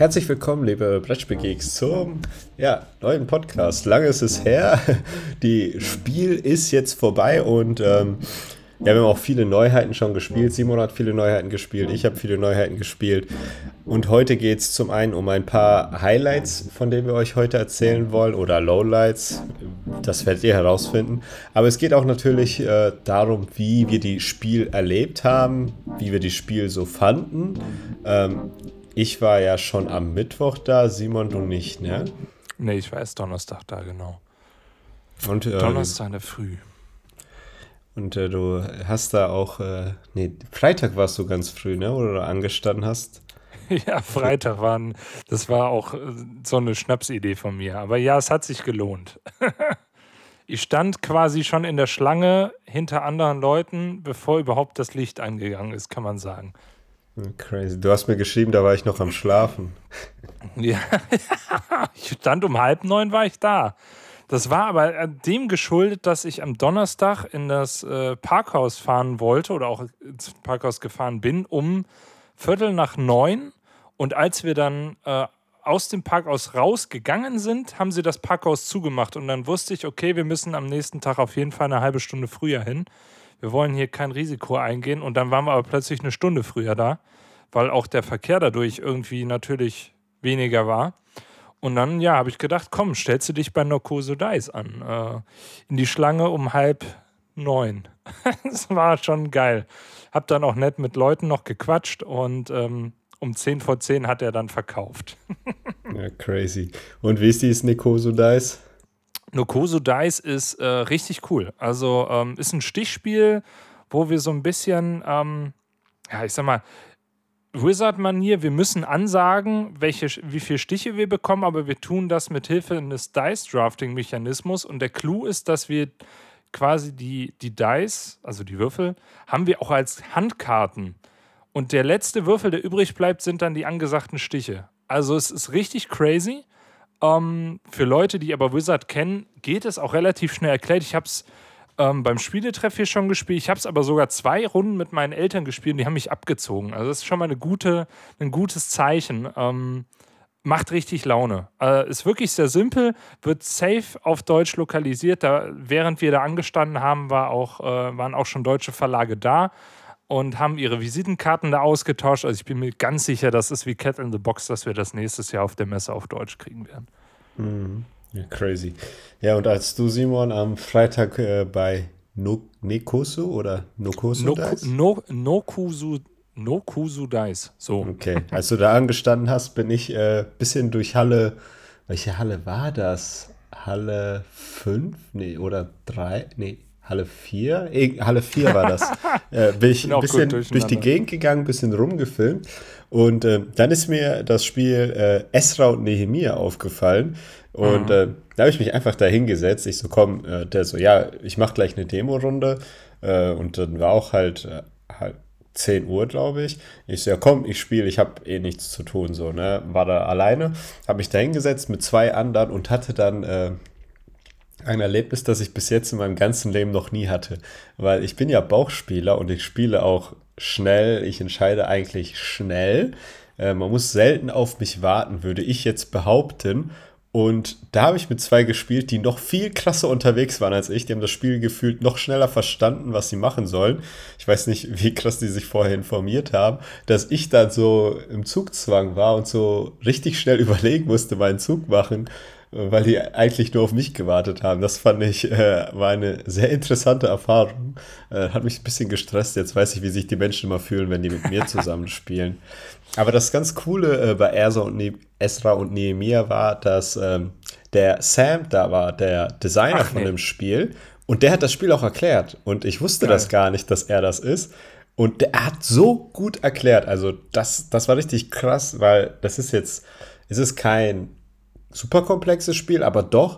Herzlich willkommen, liebe Brettspielgeeks, zum neuen Podcast. Lange ist es her, die Spiel ist jetzt vorbei und wir haben auch viele Neuheiten schon gespielt. Simon hat viele Neuheiten gespielt, ich habe viele Neuheiten gespielt. Und heute geht es zum einen um ein paar Highlights, von denen wir euch heute erzählen wollen, oder Lowlights, das werdet ihr herausfinden. Aber es geht auch natürlich darum, wie wir die Spiel erlebt haben, wie wir die Spiel so fanden. Ich war ja schon am Mittwoch da, Simon, du nicht, ne? Nee, ich war erst Donnerstag da, genau. Und, Donnerstag in der Früh. Und du hast da auch, Freitag warst du ganz früh, ne? Oder du angestanden hast. Ja, Freitag das war auch so eine Schnapsidee von mir. Aber ja, es hat sich gelohnt. Ich stand quasi schon in der Schlange hinter anderen Leuten, bevor überhaupt das Licht angegangen ist, kann man sagen. Crazy. Du hast mir geschrieben, da war ich noch am Schlafen. Ja, ich stand um 8:30 war ich da. Das war aber dem geschuldet, dass ich am Donnerstag in das Parkhaus fahren wollte oder auch ins Parkhaus gefahren bin um 8:45. Und als wir dann aus dem Parkhaus rausgegangen sind, haben sie das Parkhaus zugemacht. Und dann wusste ich, okay, wir müssen am nächsten Tag auf jeden Fall eine halbe Stunde früher hin. Wir wollen hier kein Risiko eingehen. Und dann waren wir aber plötzlich eine Stunde früher da, weil auch der Verkehr dadurch irgendwie natürlich weniger war. Und dann, habe ich gedacht, komm, stellst du dich bei Nokoso Dice an. In die Schlange um 8:30. Das war schon geil. Hab dann auch nett mit Leuten noch gequatscht und um 9:50 hat er dann verkauft. Ja, crazy. Und wie ist dieses Nokoso Dice? Nokoso Dice ist richtig cool. Also ist ein Stichspiel, wo wir so ein bisschen, ich sag mal, Wizard-Manier, wir müssen ansagen, wie viele Stiche wir bekommen, aber wir tun das mit Hilfe eines Dice-Drafting-Mechanismus und der Clou ist, dass wir quasi die Dice, also die Würfel, haben wir auch als Handkarten und der letzte Würfel, der übrig bleibt, sind dann die angesagten Stiche. Also es ist richtig crazy. Für Leute, die aber Wizard kennen, geht es auch relativ schnell erklärt. Ich habe es beim Spieletreff hier schon gespielt. Ich habe es aber sogar 2 Runden mit meinen Eltern gespielt und die haben mich abgezogen. Also das ist schon mal ein gutes Zeichen. Macht richtig Laune. Ist wirklich sehr simpel, wird safe auf Deutsch lokalisiert. Während wir da angestanden haben, waren auch schon deutsche Verlage da und haben ihre Visitenkarten da ausgetauscht. Also ich bin mir ganz sicher, das ist wie Cat in the Box, dass wir das nächstes Jahr auf der Messe auf Deutsch kriegen werden. Mhm. Ja, crazy. Ja, und als du, Simon, am Freitag bei Nokoso oder Nokoso Dice? Nokoso Dice. So. Okay, als du da angestanden hast, bin ich ein bisschen durch Halle. Welche Halle war das? Halle 5? Nee, oder 3? Nee, Halle 4? Halle 4 war das. Bin ich ein bisschen durch die Gegend gegangen, ein bisschen rumgefilmt. Und dann ist mir das Spiel Esra und Nehemia aufgefallen. Und da habe ich mich einfach da hingesetzt. Ich so, komm, der so, ja, ich mache gleich eine Demo-Runde. Und dann war auch halt 10 Uhr, glaube ich. Ich so, ja komm, ich spiele, ich habe eh nichts zu tun. So, ne? War da alleine, habe mich da hingesetzt mit 2 anderen und hatte dann ein Erlebnis, das ich bis jetzt in meinem ganzen Leben noch nie hatte. Weil ich bin ja Bauchspieler und ich spiele auch schnell. Ich entscheide eigentlich schnell. Man muss selten auf mich warten, würde ich jetzt behaupten. Und da habe ich mit 2 gespielt, die noch viel krasser unterwegs waren als ich. Die haben das Spiel gefühlt noch schneller verstanden, was sie machen sollen. Ich weiß nicht, wie krass die sich vorher informiert haben, dass ich dann so im Zugzwang war und so richtig schnell überlegen musste, meinen Zug machen, weil die eigentlich nur auf mich gewartet haben. Das fand ich, war eine sehr interessante Erfahrung. Hat mich ein bisschen gestresst. Jetzt weiß ich, wie sich die Menschen immer fühlen, wenn die mit mir zusammen spielen. Aber das ganz Coole bei Esra und Nehemia war, dass der Sam da war, der Designer von dem Spiel. Und der hat das Spiel auch erklärt. Und ich wusste das gar nicht, dass er das ist. Und der hat so gut erklärt. Also das war richtig krass, weil es ist kein super komplexes Spiel, aber doch.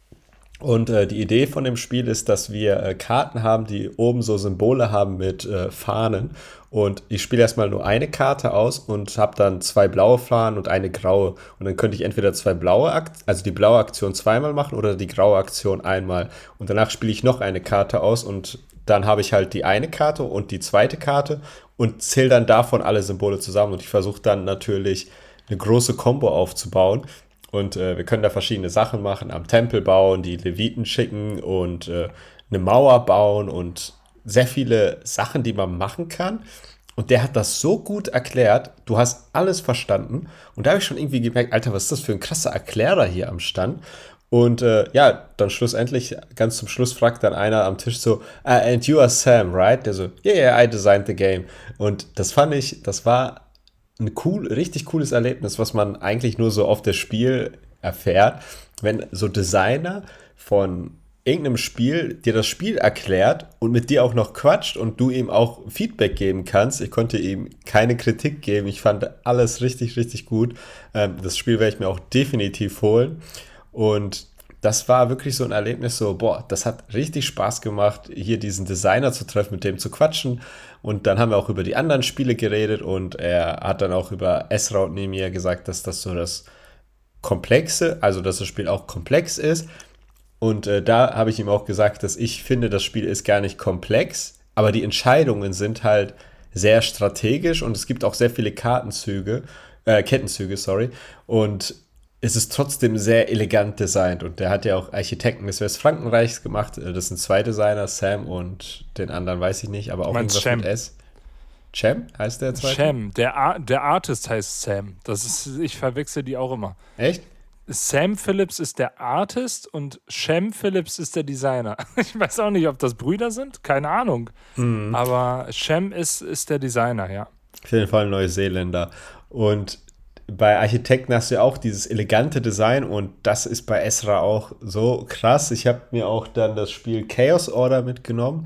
Und die Idee von dem Spiel ist, dass wir Karten haben, die oben so Symbole haben mit Fahnen. Und ich spiele erstmal nur eine Karte aus und habe dann 2 blaue Fahnen und eine graue. Und dann könnte ich entweder 2 blaue, also die blaue Aktion zweimal machen oder die graue Aktion einmal. Und danach spiele ich noch eine Karte aus und dann habe ich halt die eine Karte und die zweite Karte und zähle dann davon alle Symbole zusammen. Und ich versuche dann natürlich eine große Combo aufzubauen. Und wir können da verschiedene Sachen machen, am Tempel bauen, die Leviten schicken und eine Mauer bauen und sehr viele Sachen, die man machen kann. Und der hat das so gut erklärt, du hast alles verstanden. Und da habe ich schon irgendwie gemerkt, Alter, was ist das für ein krasser Erklärer hier am Stand? Und ja, dann schlussendlich, ganz zum Schluss fragt dann einer am Tisch so, and you are Sam, right? Der so, yeah, I designed the game. Und das fand ich, das war ein richtig cooles Erlebnis, was man eigentlich nur so auf das Spiel erfährt, wenn so Designer von irgendeinem Spiel dir das Spiel erklärt und mit dir auch noch quatscht und du ihm auch Feedback geben kannst. Ich konnte ihm keine Kritik geben. Ich fand alles richtig, richtig gut. Das Spiel werde ich mir auch definitiv holen. Und das war wirklich so ein Erlebnis, so, boah, das hat richtig Spaß gemacht, hier diesen Designer zu treffen, mit dem zu quatschen. Und dann haben wir auch über die anderen Spiele geredet und er hat dann auch über Esra und Nemir gesagt, dass das so das Komplexe, also dass das Spiel auch komplex ist. Und da habe ich ihm auch gesagt, dass ich finde, das Spiel ist gar nicht komplex, aber die Entscheidungen sind halt sehr strategisch und es gibt auch sehr viele Kettenzüge, sorry. Und es ist trotzdem sehr elegant designt und der hat ja auch Architekten des Westfrankenreichs gemacht. Das sind zwei Designer, Sam und den anderen weiß ich nicht, aber auch irgendwas Cem. mit S. Cem heißt der zweite? Cem, der Artist heißt Sam. Ich verwechsel die auch immer. Echt? Sam Phillips ist der Artist und Cem Phillips ist der Designer. Ich weiß auch nicht, ob das Brüder sind, keine Ahnung. Aber Cem ist der Designer, ja. Auf jeden Fall ein Neuseeländer. Und bei Architekten hast du ja auch dieses elegante Design und das ist bei Esra auch so krass. Ich habe mir auch dann das Spiel Chaos Order mitgenommen,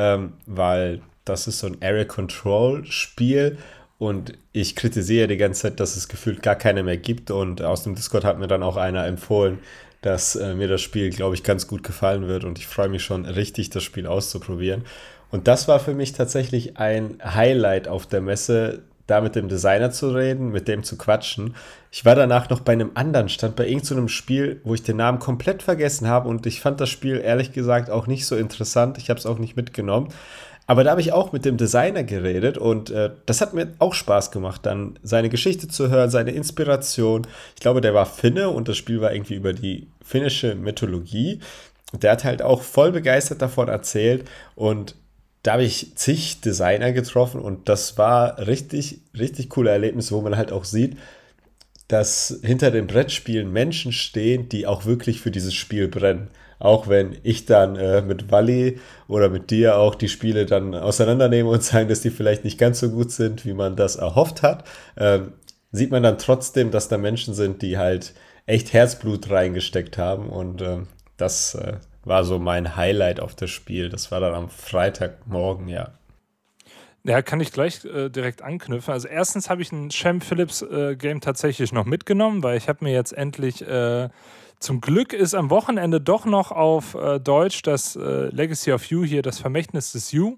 weil das ist so ein Area Control Spiel und ich kritisiere die ganze Zeit, dass es gefühlt gar keine mehr gibt und aus dem Discord hat mir dann auch einer empfohlen, dass mir das Spiel, glaube ich, ganz gut gefallen wird und ich freue mich schon richtig, das Spiel auszuprobieren. Und das war für mich tatsächlich ein Highlight auf der Messe, da mit dem Designer zu reden, mit dem zu quatschen. Ich war danach noch bei einem anderen Stand, bei irgendeinem so Spiel, wo ich den Namen komplett vergessen habe und ich fand das Spiel ehrlich gesagt auch nicht so interessant. Ich habe es auch nicht mitgenommen. Aber da habe ich auch mit dem Designer geredet und das hat mir auch Spaß gemacht, dann seine Geschichte zu hören, seine Inspiration. Ich glaube, der war Finne und das Spiel war irgendwie über die finnische Mythologie. Der hat halt auch voll begeistert davon erzählt und da habe ich zig Designer getroffen und das war richtig, richtig coole Erlebnis, wo man halt auch sieht, dass hinter den Brettspielen Menschen stehen, die auch wirklich für dieses Spiel brennen. Auch wenn ich dann mit Wally oder mit dir auch die Spiele dann auseinandernehme und sagen, dass die vielleicht nicht ganz so gut sind, wie man das erhofft hat, sieht man dann trotzdem, dass da Menschen sind, die halt echt Herzblut reingesteckt haben und das war so mein Highlight auf das Spiel. Das war dann am Freitagmorgen, ja. Ja, kann ich gleich direkt anknüpfen. Also erstens habe ich ein Cem Phillips Game tatsächlich noch mitgenommen, weil ich habe mir jetzt endlich, zum Glück ist am Wochenende doch noch auf Deutsch das Legacy of You hier, das Vermächtnis des You,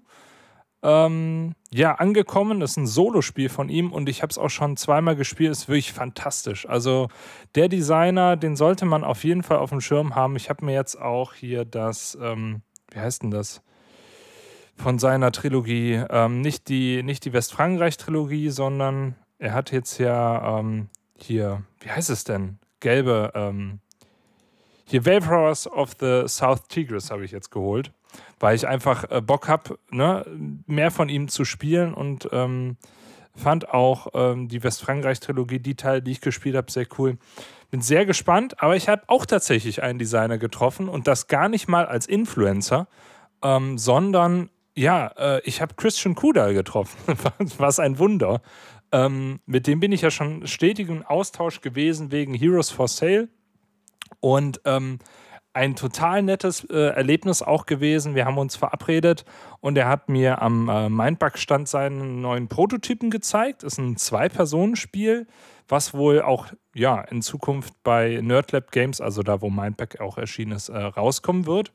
angekommen. Das ist ein Solospiel von ihm und ich habe es auch schon zweimal gespielt. Ist wirklich fantastisch. Also der Designer, den sollte man auf jeden Fall auf dem Schirm haben. Ich habe mir jetzt auch hier das, wie heißt denn das? Von seiner Trilogie, nicht die Westfrankreich-Trilogie, sondern er hat jetzt ja hier, wie heißt es denn? Gelbe, hier Wayfarers of the South Tigris habe ich jetzt geholt, weil ich einfach Bock habe, ne, mehr von ihm zu spielen und fand auch die Westfrankreich-Trilogie, die Teile, die ich gespielt habe, sehr cool. Bin sehr gespannt, aber ich habe auch tatsächlich einen Designer getroffen und das gar nicht mal als Influencer, sondern ich habe Christian Kudal getroffen. Was ein Wunder. Mit dem bin ich ja schon stetig im Austausch gewesen wegen Heroes for Sale. Und ein total nettes Erlebnis auch gewesen. Wir haben uns verabredet und er hat mir am Mindbug-Stand seinen neuen Prototypen gezeigt. Das ist ein Zwei-Personen-Spiel, was wohl auch in Zukunft bei Nerdlab Games, also da, wo Mindbug auch erschienen ist, rauskommen wird.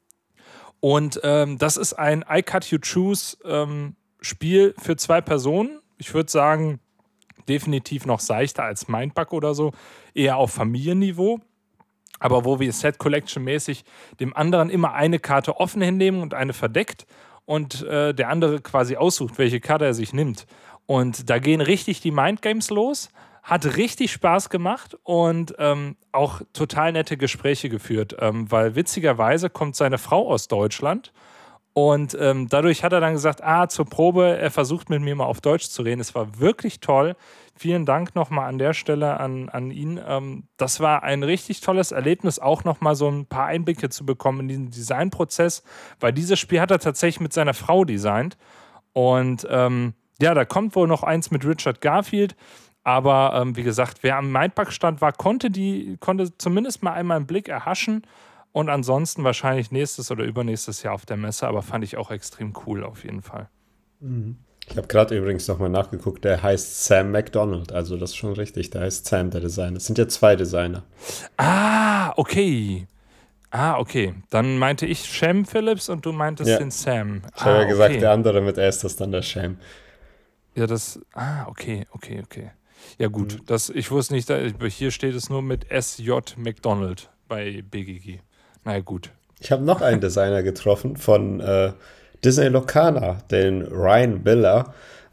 Und das ist ein I Cut You Choose Spiel für zwei Personen. Ich würde sagen, definitiv noch seichter als Mindbug oder so. Eher auf Familienniveau. Aber wo wir Set Collection mäßig dem anderen immer eine Karte offen hinnehmen und eine verdeckt und der andere quasi aussucht, welche Karte er sich nimmt. Und da gehen richtig die Mindgames los. Hat richtig Spaß gemacht und auch total nette Gespräche geführt, weil witzigerweise kommt seine Frau aus Deutschland und dadurch hat er dann gesagt, zur Probe, er versucht mit mir mal auf Deutsch zu reden. Es war wirklich toll. Vielen Dank nochmal an der Stelle an ihn. Das war ein richtig tolles Erlebnis, auch nochmal so ein paar Einblicke zu bekommen in diesen Designprozess, weil dieses Spiel hat er tatsächlich mit seiner Frau designt. Und da kommt wohl noch eins mit Richard Garfield. Aber wie gesagt, wer am Mindpack-Stand war, konnte zumindest mal einmal einen Blick erhaschen. Und ansonsten wahrscheinlich nächstes oder übernächstes Jahr auf der Messe. Aber fand ich auch extrem cool auf jeden Fall. Ich habe gerade übrigens nochmal nachgeguckt, der heißt Sam McDonald, also das ist schon richtig, der heißt Sam, der Designer. Es sind ja 2 Designer. Okay. Dann meinte ich Shem Phillips und du meintest den Sam. Ich habe ja gesagt, der andere mit S, das ist dann der Shem. Ja, okay. Ja gut, ich wusste nicht, hier steht es nur mit SJ McDonald bei BGG. Na ja, gut. Ich habe noch einen Designer getroffen von Disney Locana, den Ryan Miller.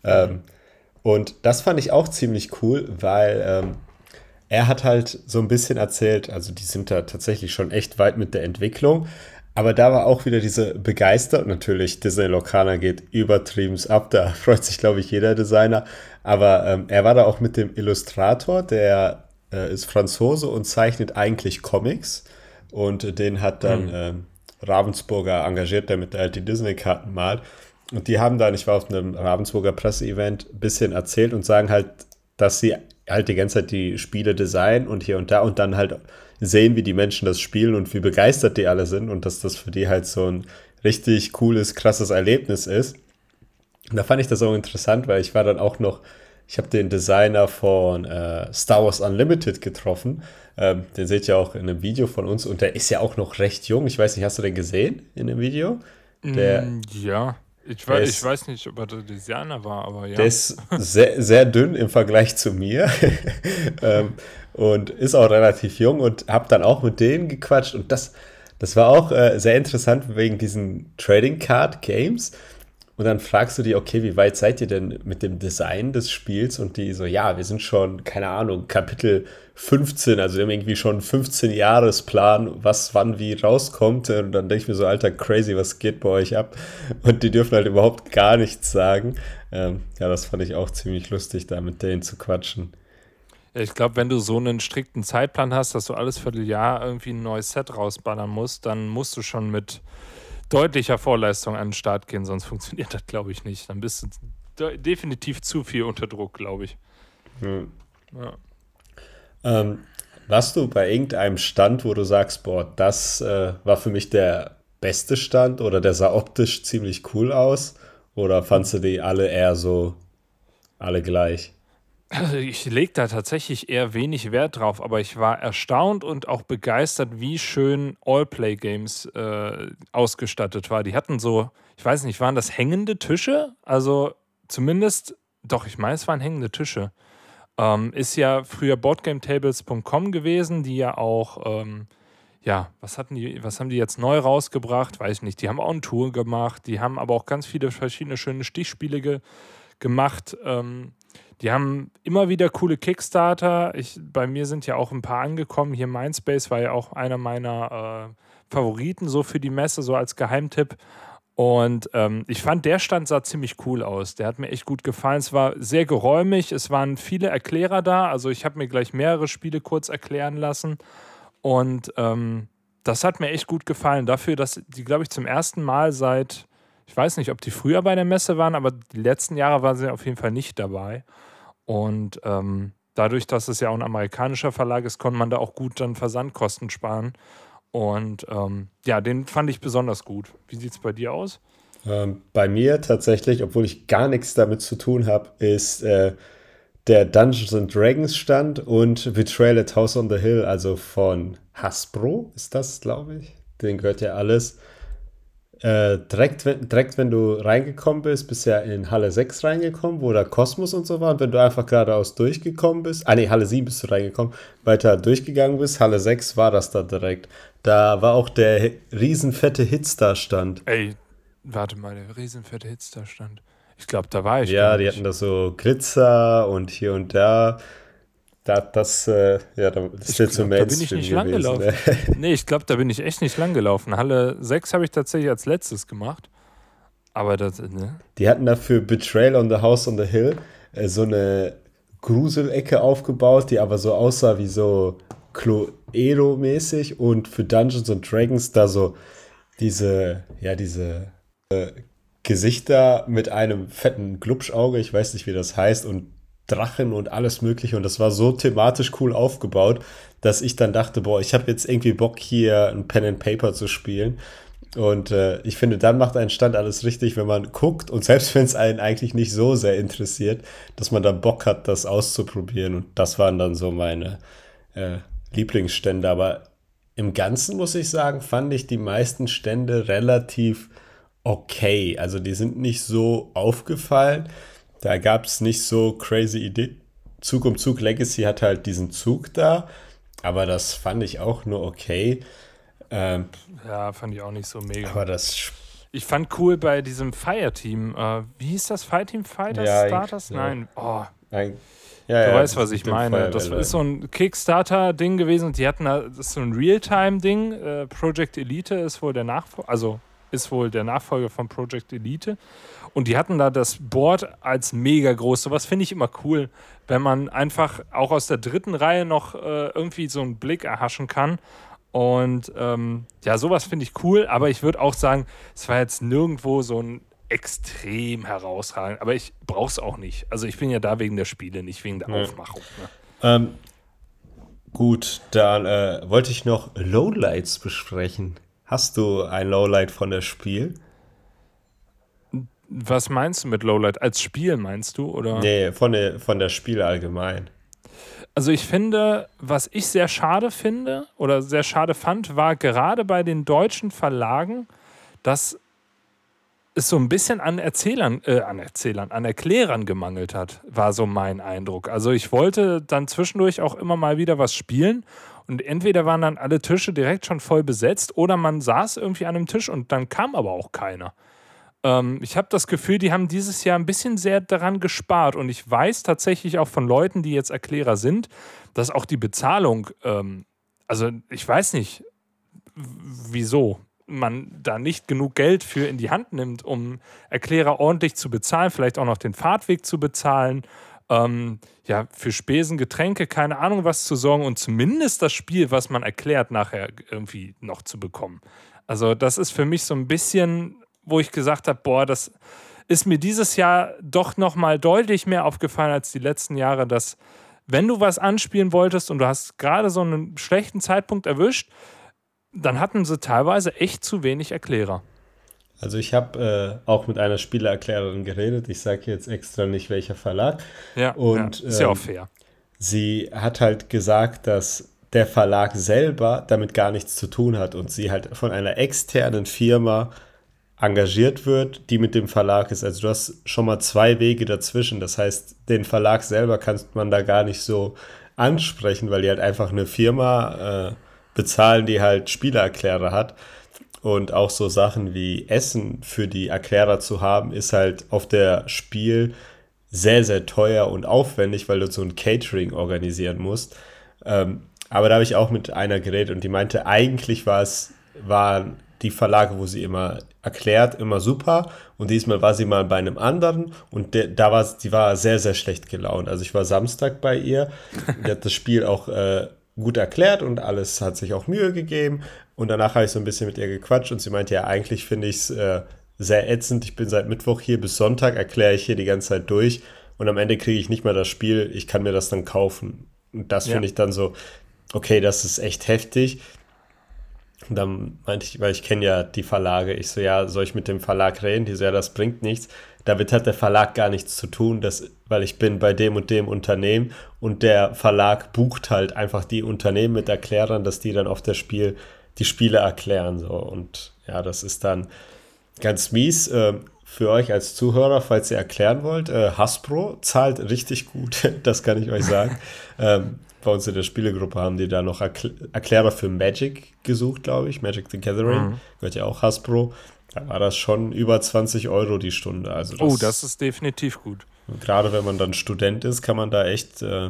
Und das fand ich auch ziemlich cool, weil er hat halt so ein bisschen erzählt, also die sind da tatsächlich schon echt weit mit der Entwicklung, aber da war auch wieder diese Begeisterung. Natürlich, Disney Locana geht übertrieben ab, da freut sich, glaube ich, jeder Designer, aber er war da auch mit dem Illustrator, der ist Franzose und zeichnet eigentlich Comics und den hat dann Ravensburger engagiert, damit er halt die Disney-Karten malt. Und die haben dann, ich war auf einem Ravensburger Presseevent, ein bisschen erzählt und sagen halt, dass sie halt die ganze Zeit die Spiele designen und hier und da und dann halt sehen, wie die Menschen das spielen und wie begeistert die alle sind und dass das für die halt so ein richtig cooles, krasses Erlebnis ist. Und da fand ich das auch interessant, weil ich war dann auch noch, ich habe den Designer von Star Wars Unlimited getroffen. Den seht ihr auch in einem Video von uns und der ist ja auch noch recht jung. Ich weiß nicht, hast du den gesehen in dem Video? Ja, ich weiß nicht, ob er der Designer war, aber ja. Der ist sehr, sehr dünn im Vergleich zu mir und ist auch relativ jung und habe dann auch mit denen gequatscht und das war auch sehr interessant wegen diesen Trading Card Games. Und dann fragst du die, okay, wie weit seid ihr denn mit dem Design des Spiels? Und die so, ja, wir sind schon, keine Ahnung, Kapitel 15, also wir haben irgendwie schon 15-Jahresplan, was wann wie rauskommt. Und dann denke ich mir so, Alter, crazy, was geht bei euch ab? Und die dürfen halt überhaupt gar nichts sagen. Das fand ich auch ziemlich lustig, da mit denen zu quatschen. Ja, ich glaube, wenn du so einen strikten Zeitplan hast, dass du alles Vierteljahr irgendwie ein neues Set rausballern musst, dann musst du schon mit deutlicher Vorleistung an den Start gehen, sonst funktioniert das, glaube ich, nicht. Dann bist du definitiv zu viel unter Druck, glaube ich. Ja. Warst du bei irgendeinem Stand, wo du sagst, boah, das war für mich der beste Stand oder der sah optisch ziemlich cool aus? Oder fandst du die alle eher so, alle gleich? Also ich lege da tatsächlich eher wenig Wert drauf, aber ich war erstaunt und auch begeistert, wie schön All-Play-Games ausgestattet war. Die hatten so, ich weiß nicht, waren das hängende Tische? Also zumindest, doch, ich meine, es waren hängende Tische. Ist ja früher boardgametables.com gewesen, die ja auch, was haben die jetzt neu rausgebracht? Weiß ich nicht. Die haben auch eine Tour gemacht, die haben aber auch ganz viele verschiedene schöne Stichspiele gemacht. Die haben immer wieder coole Kickstarter. Bei mir sind ja auch ein paar angekommen. Hier Mindspace war ja auch einer meiner Favoriten so für die Messe, so als Geheimtipp. Und ich fand, der Stand sah ziemlich cool aus. Der hat mir echt gut gefallen. Es war sehr geräumig. Es waren viele Erklärer da. Also ich habe mir gleich mehrere Spiele kurz erklären lassen. Und das hat mir echt gut gefallen. Dafür, dass die, glaube ich, zum ersten Mal seit, ich weiß nicht, ob die früher bei der Messe waren, aber die letzten Jahre waren sie auf jeden Fall nicht dabei. Und dadurch, dass es ja auch ein amerikanischer Verlag ist, konnte man da auch gut dann Versandkosten sparen. Und den fand ich besonders gut. Wie sieht es bei dir aus? Bei mir tatsächlich, obwohl ich gar nichts damit zu tun habe, ist der Dungeons and Dragons Stand und Betrayal at House on the Hill, also von Hasbro ist das, glaube ich. Den gehört ja alles. Direkt, wenn du reingekommen bist ja in Halle 6 reingekommen, wo da Kosmos und so war. Und wenn du einfach geradeaus durchgekommen bist, Halle 7 bist du reingekommen, weiter durchgegangen bist, Halle 6 war das da direkt. Da war auch der riesenfette Hitstar-Stand. Ey, warte mal, der riesenfette Hitstar-Stand. Ich glaube, da war ich. Ja, die hatten da so Glitzer und hier und da. Das ist jetzt so Da bin ich Mainstream nicht lang gewesen. gelaufen. Nee, ich glaube, da bin ich echt nicht lang gelaufen. Halle 6 habe ich tatsächlich als letztes gemacht. Aber das, ne? Die hatten dafür Betrayal on the House on the Hill so eine Gruselecke aufgebaut, die aber so aussah wie so Cluedo-mäßig und für Dungeons and Dragons da so diese Gesichter mit einem fetten Glubschauge, ich weiß nicht, wie das heißt, und Drachen und alles Mögliche. Und das war so thematisch cool aufgebaut, dass ich dann dachte, boah, ich habe jetzt irgendwie Bock, hier ein Pen and Paper zu spielen. Und ich finde, dann macht ein Stand alles richtig, wenn man guckt und selbst wenn es einen eigentlich nicht so sehr interessiert, dass man dann Bock hat, das auszuprobieren. Und das waren dann so meine Lieblingsstände. Aber im Ganzen muss ich sagen, fand ich die meisten Stände relativ okay. Also die sind nicht so aufgefallen. Da gab es nicht so crazy Ideen. Zug um Zug Legacy hat halt diesen Zug da, aber das fand ich auch nur okay. Ja, fand ich auch nicht so mega. Aber das Ich fand cool bei diesem Fireteam. Wie hieß das? Fireteam Fighters Ja, Starters? ja. Nein. Oh, ein, du ja, weißt, das was ich mit dem meine. Das Feuerwehrleuten. ist so ein Kickstarter-Ding gewesen und die hatten das ist so ein Realtime-Ding. Project Elite ist wohl der Nachfolger von Project Elite. Und die hatten da das Board als mega groß. Sowas finde ich immer cool, wenn man einfach auch aus der dritten Reihe noch irgendwie so einen Blick erhaschen kann. Und ja, sowas finde ich cool, aber ich würde auch sagen, es war jetzt nirgendwo so ein extrem herausragend, aber ich brauche es auch nicht. Also ich bin ja da wegen der Spiele, nicht wegen der Aufmachung. Ne? Ähm, gut, dann wollte ich noch Lowlights besprechen. Hast du ein Lowlight von der Spiel? Was meinst du mit Lowlight? Als Spiel meinst du? Oder? Nee, von der Spiel allgemein. Also ich finde, was ich sehr schade finde oder sehr schade fand, war gerade bei den deutschen Verlagen, dass es so ein bisschen an Erklärern gemangelt hat, war so mein Eindruck. Also ich wollte dann zwischendurch auch immer mal wieder was spielen und entweder waren dann alle Tische direkt schon voll besetzt oder man saß irgendwie an einem Tisch und dann kam aber auch keiner. Ich habe das Gefühl, die haben dieses Jahr ein bisschen sehr daran gespart und ich weiß tatsächlich auch von Leuten, die jetzt Erklärer sind, dass auch die Bezahlung, also ich weiß nicht, wieso man da nicht genug Geld für in die Hand nimmt, um Erklärer ordentlich zu bezahlen, vielleicht auch noch den Fahrtweg zu bezahlen, ja, für Spesen, Getränke, keine Ahnung was zu sorgen und zumindest das Spiel, was man erklärt, nachher irgendwie noch zu bekommen. Also das ist für mich so ein bisschen, wo ich gesagt habe, boah, das ist mir dieses Jahr doch nochmal deutlich mehr aufgefallen als die letzten Jahre, dass wenn du was anspielen wolltest und du hast gerade so einen schlechten Zeitpunkt erwischt, dann hatten sie teilweise echt zu wenig Erklärer. Also ich habe auch mit einer Spielererklärerin geredet. Ich sage jetzt extra nicht, welcher Verlag. Ja, Und ist ja auch fair. sie hat halt gesagt, dass der Verlag selber damit gar nichts zu tun hat und sie halt von einer externen Firma engagiert wird, die mit dem Verlag ist. Also du hast schon mal zwei Wege dazwischen. Das heißt, den Verlag selber kann man da gar nicht so ansprechen, weil die halt einfach eine Firma bezahlen, die halt Spielererklärer hat. Und auch so Sachen wie Essen für die Erklärer zu haben, ist halt auf der Spiel sehr, sehr teuer und aufwendig, weil du so ein Catering organisieren musst. Aber da habe ich auch mit einer geredet und die meinte, eigentlich waren die Verlage, wo sie immer erklärt, immer super. Und diesmal war sie mal bei einem anderen und die war sehr, sehr schlecht gelaunt. Also ich war Samstag bei ihr, die hat das Spiel auch gut erklärt und alles hat sich auch Mühe gegeben. Und danach habe ich so ein bisschen mit ihr gequatscht und sie meinte, ja, eigentlich finde ich es sehr ätzend. Ich bin seit Mittwoch hier bis Sonntag, erkläre ich hier die ganze Zeit durch und am Ende kriege ich nicht mal das Spiel, ich kann mir das dann kaufen. Und das finde ich dann so, okay, das ist echt heftig. Und dann meinte ich, weil ich kenne ja die Verlage, ich so, ja, soll ich mit dem Verlag reden? Die so, ja, das bringt nichts. Damit hat der Verlag gar nichts zu tun, weil ich bin bei dem und dem Unternehmen und der Verlag bucht halt einfach die Unternehmen mit Erklärern, dass die dann auf die Spiele erklären. So. Und ja, das ist dann ganz mies für euch als Zuhörer, falls ihr erklären wollt. Hasbro zahlt richtig gut, das kann ich euch sagen. Bei uns in der Spielegruppe haben die da noch Erklärer für Magic gesucht, glaube ich. Magic the Gathering, gehört ja auch Hasbro. Da war das schon über 20 € die Stunde. Also Das ist definitiv gut. gerade wenn man dann Student ist, kann man da echt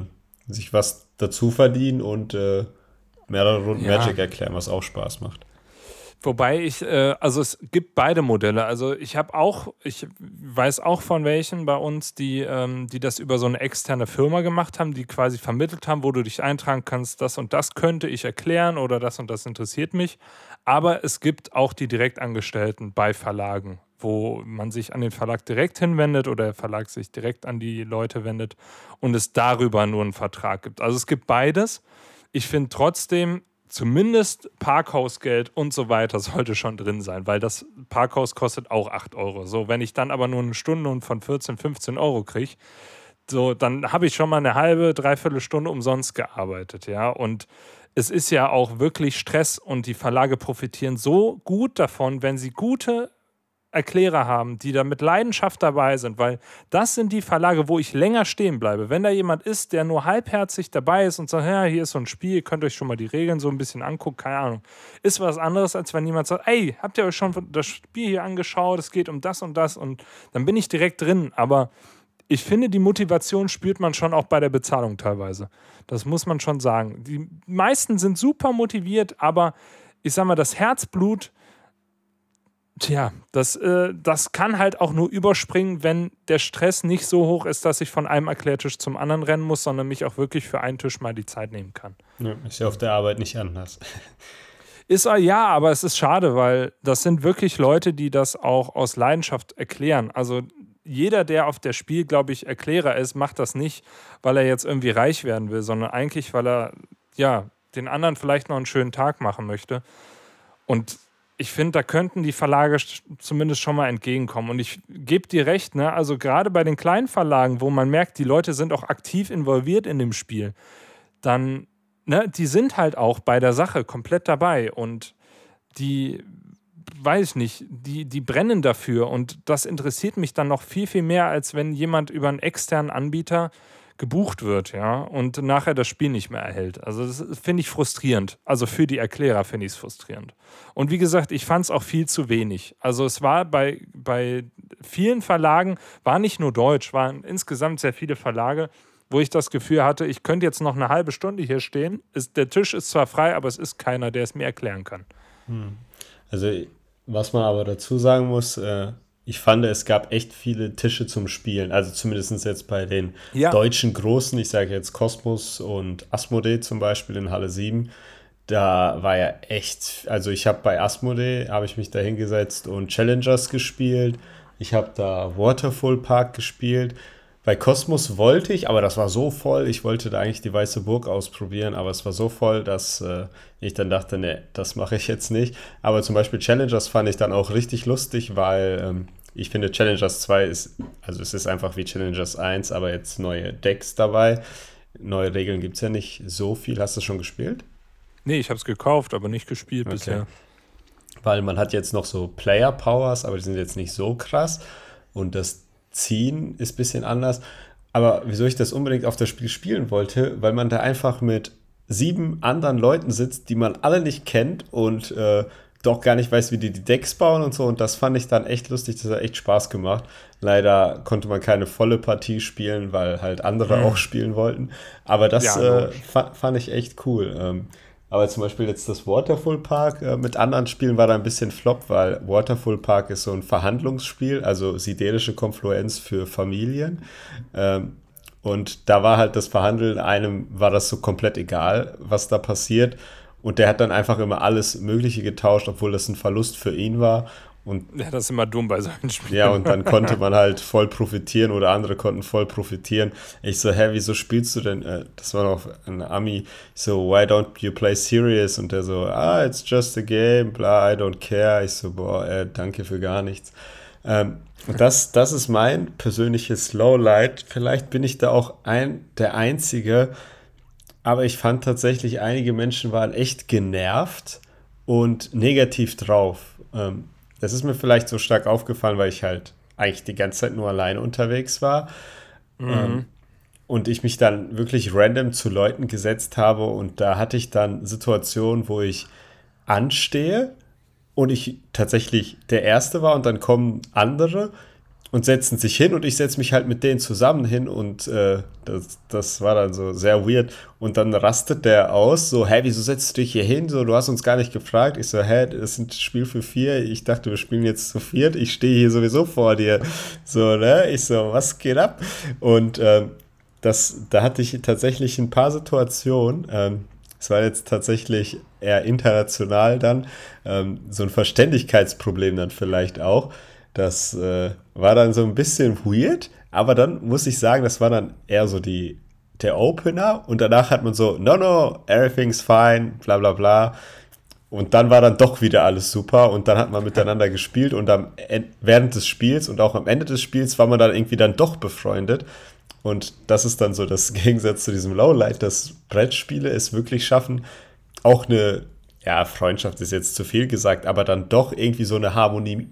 sich was dazu verdienen und mehrere Runden Ja. Magic erklären, was auch Spaß macht. Wobei also es gibt beide Modelle. Also ich weiß auch von welchen bei uns, die das über so eine externe Firma gemacht haben, die quasi vermittelt haben, wo du dich eintragen kannst, das und das könnte ich erklären oder das und das interessiert mich. Aber es gibt auch die Direktangestellten bei Verlagen, wo man sich an den Verlag direkt hinwendet oder der Verlag sich direkt an die Leute wendet und es darüber nur einen Vertrag gibt. Also es gibt beides. Ich finde trotzdem, zumindest Parkhausgeld und so weiter sollte schon drin sein, weil das Parkhaus kostet auch 8 Euro. So, wenn ich dann aber nur eine Stunde von 14, 15 Euro kriege, so, dann habe ich schon mal eine halbe, dreiviertel Stunde umsonst gearbeitet, ja. Und es ist ja auch wirklich Stress und die Verlage profitieren so gut davon, wenn sie gute Erklärer haben, die da mit Leidenschaft dabei sind, weil das sind die Verlage, wo ich länger stehen bleibe. Wenn da jemand ist, der nur halbherzig dabei ist und sagt, ja, hier ist so ein Spiel, ihr könnt euch schon mal die Regeln so ein bisschen angucken, keine Ahnung, ist was anderes, als wenn jemand sagt, ey, habt ihr euch schon das Spiel hier angeschaut, es geht um das und dann bin ich direkt drin, aber ich finde, die Motivation spürt man schon auch bei der Bezahlung teilweise. Das muss man schon sagen. Die meisten sind super motiviert, aber ich sag mal, das Herzblut, tja, das kann halt auch nur überspringen, wenn der Stress nicht so hoch ist, dass ich von einem Erklärtisch zum anderen rennen muss, sondern mich auch wirklich für einen Tisch mal die Zeit nehmen kann. Ja, ist ja auf der Arbeit nicht anders. Ja, aber es ist schade, weil das sind wirklich Leute, die das auch aus Leidenschaft erklären. Also jeder, der auf der Spiel, glaube ich, Erklärer ist, macht das nicht, weil er jetzt irgendwie reich werden will, sondern eigentlich, weil er ja den anderen vielleicht noch einen schönen Tag machen möchte. Und ich finde, da könnten die Verlage zumindest schon mal entgegenkommen. Und ich gebe dir recht, ne? Also gerade bei den kleinen Verlagen, wo man merkt, die Leute sind auch aktiv involviert in dem Spiel, dann, ne, die sind halt auch bei der Sache komplett dabei und die, weiß ich nicht, die brennen dafür und das interessiert mich dann noch viel, viel mehr, als wenn jemand über einen externen Anbieter gebucht wird, ja, und nachher das Spiel nicht mehr erhält. Also das finde ich frustrierend. Also für die Erklärer finde ich es frustrierend. Und wie gesagt, ich fand es auch viel zu wenig. Also es war bei vielen Verlagen, war nicht nur Deutsch, waren insgesamt sehr viele Verlage, wo ich das Gefühl hatte, ich könnte jetzt noch eine halbe Stunde hier stehen. Der Tisch ist zwar frei, aber es ist keiner, der es mir erklären kann. Also, was man aber dazu sagen muss, ich fand, es gab echt viele Tische zum Spielen. Also zumindest jetzt bei den Ja, deutschen Großen, ich sage jetzt Kosmos und Asmodee zum Beispiel in Halle 7. Da war ja echt, also ich habe bei Asmodee, habe ich mich da hingesetzt und Challengers gespielt. Ich habe da Waterfall Park gespielt. Bei Kosmos wollte ich, aber das war so voll, ich wollte da eigentlich die Weiße Burg ausprobieren, aber es war so voll, dass ich dann dachte, nee, das mache ich jetzt nicht. Aber zum Beispiel Challengers fand ich dann auch richtig lustig, weil ich finde Challengers 2 ist, also es ist einfach wie Challengers 1, aber jetzt neue Decks dabei. Neue Regeln gibt es ja nicht so viel. Hast du schon gespielt? nee, ich habe es gekauft, aber nicht gespielt Okay. bisher. Weil man hat jetzt noch so Player Powers, aber die sind jetzt nicht so krass. Und das Ziehen ist ein bisschen anders. Aber wieso ich das unbedingt auf das Spiel spielen wollte, weil man da einfach mit 7 anderen Leuten sitzt, die man alle nicht kennt und doch gar nicht weiß, wie die Decks bauen und so. Und das fand ich dann echt lustig, das hat echt Spaß gemacht. Leider konnte man keine volle Partie spielen, weil halt andere auch spielen wollten. Aber das Ja, logisch. fand ich echt cool. Aber zum Beispiel jetzt das Waterfall Park mit anderen Spielen war da ein bisschen flop, weil Waterfall Park ist so ein Verhandlungsspiel, also siderische Konfluenz für Familien. Und da war halt das Verhandeln, einem war das so komplett egal, was da passiert. Und der hat dann einfach immer alles Mögliche getauscht, obwohl das ein Verlust für ihn war. Und Ja, das ist immer dumm bei solchen Spielen. ja, und dann konnte man halt voll profitieren oder andere konnten voll profitieren. Ich so, hä, wieso spielst du denn? Das war noch ein Ami. Ich so, why don't you play serious? Und der so, it's just a game, bla, I don't care. Ich so, boah, danke für gar nichts. Das ist mein persönliches Lowlight. Vielleicht bin ich da auch der Einzige, aber ich fand tatsächlich, einige Menschen waren echt genervt und negativ drauf. Das ist mir vielleicht so stark aufgefallen, weil ich halt eigentlich die ganze Zeit nur alleine unterwegs war. Und ich mich dann wirklich random zu Leuten gesetzt habe und da hatte ich dann Situationen, wo ich anstehe und ich tatsächlich der Erste war und dann kommen andere und setzen sich hin und ich setze mich halt mit denen zusammen hin und das war dann so sehr weird. Und dann rastet der aus, so, hä, wieso setzt du dich hier hin? So, du hast uns gar nicht gefragt. Ich so, hä, das ist ein Spiel für 4. Ich dachte, wir spielen jetzt zu 4. Ich stehe hier sowieso vor dir. So, ne? Ich so, was geht ab? Und da hatte ich tatsächlich ein paar Situationen. Es war jetzt tatsächlich eher international dann, so ein Verständigkeitsproblem dann vielleicht auch. Das war dann so ein bisschen weird, aber dann muss ich sagen, das war dann eher so der Opener und danach hat man so, no, everything's fine, bla bla bla. Und dann war dann doch wieder alles super und dann hat man miteinander gespielt und während des Spiels und auch am Ende des Spiels war man dann irgendwie dann doch befreundet. Und das ist dann so das Gegensatz zu diesem Lowlight, dass Brettspiele es wirklich schaffen, auch eine, ja, Freundschaft ist jetzt zu viel gesagt, aber dann doch irgendwie so eine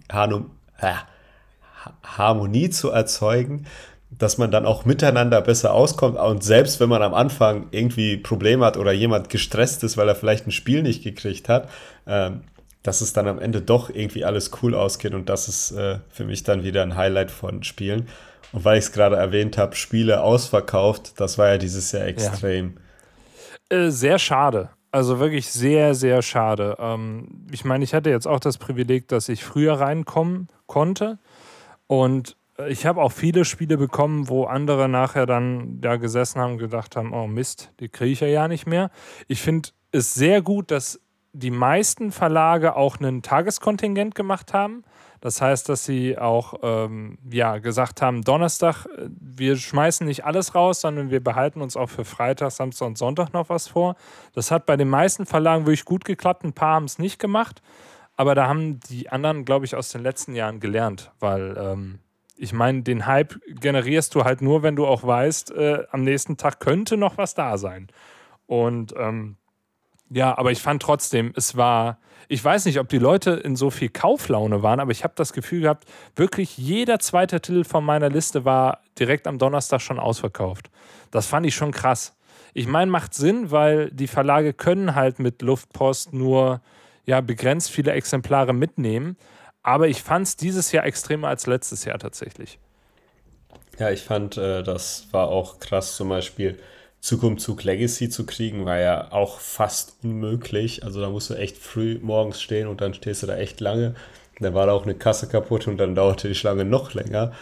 Harmonie zu erzeugen, dass man dann auch miteinander besser auskommt. Und selbst wenn man am Anfang irgendwie Probleme hat oder jemand gestresst ist, weil er vielleicht ein Spiel nicht gekriegt hat, dass es dann am Ende doch irgendwie alles cool ausgeht. Und das ist für mich dann wieder ein Highlight von Spielen. Und weil ich es gerade erwähnt habe, Spiele ausverkauft, das war ja dieses Jahr extrem. Sehr schade. Also wirklich sehr, sehr schade. Ich meine, ich hatte jetzt auch das Privileg, dass ich früher reinkommen konnte. Und ich habe auch viele Spiele bekommen, wo andere nachher dann da gesessen haben und gedacht haben, oh Mist, die kriege ich ja nicht mehr. Ich finde es sehr gut, dass die meisten Verlage auch einen Tageskontingent gemacht haben. Das heißt, dass sie auch gesagt haben, Donnerstag, wir schmeißen nicht alles raus, sondern wir behalten uns auch für Freitag, Samstag und Sonntag noch was vor. Das hat bei den meisten Verlagen wirklich gut geklappt. Ein paar haben es nicht gemacht. Aber da haben die anderen, glaube ich, aus den letzten Jahren gelernt. Weil, ich meine, den Hype generierst du halt nur, wenn du auch weißt, am nächsten Tag könnte noch was da sein. Und aber ich fand trotzdem, ich weiß nicht, ob die Leute in so viel Kauflaune waren, aber ich habe das Gefühl gehabt, wirklich jeder zweite Titel von meiner Liste war direkt am Donnerstag schon ausverkauft. Das fand ich schon krass. Ich meine, macht Sinn, weil die Verlage können halt mit Luftpost nur begrenzt viele Exemplare mitnehmen. Aber ich fand es dieses Jahr extremer als letztes Jahr tatsächlich. Ja, ich fand, das war auch krass, zum Beispiel Zug um Zug Legacy zu kriegen, war ja auch fast unmöglich. Also da musst du echt früh morgens stehen und dann stehst du da echt lange. Dann war da auch eine Kasse kaputt und dann dauerte die Schlange noch länger.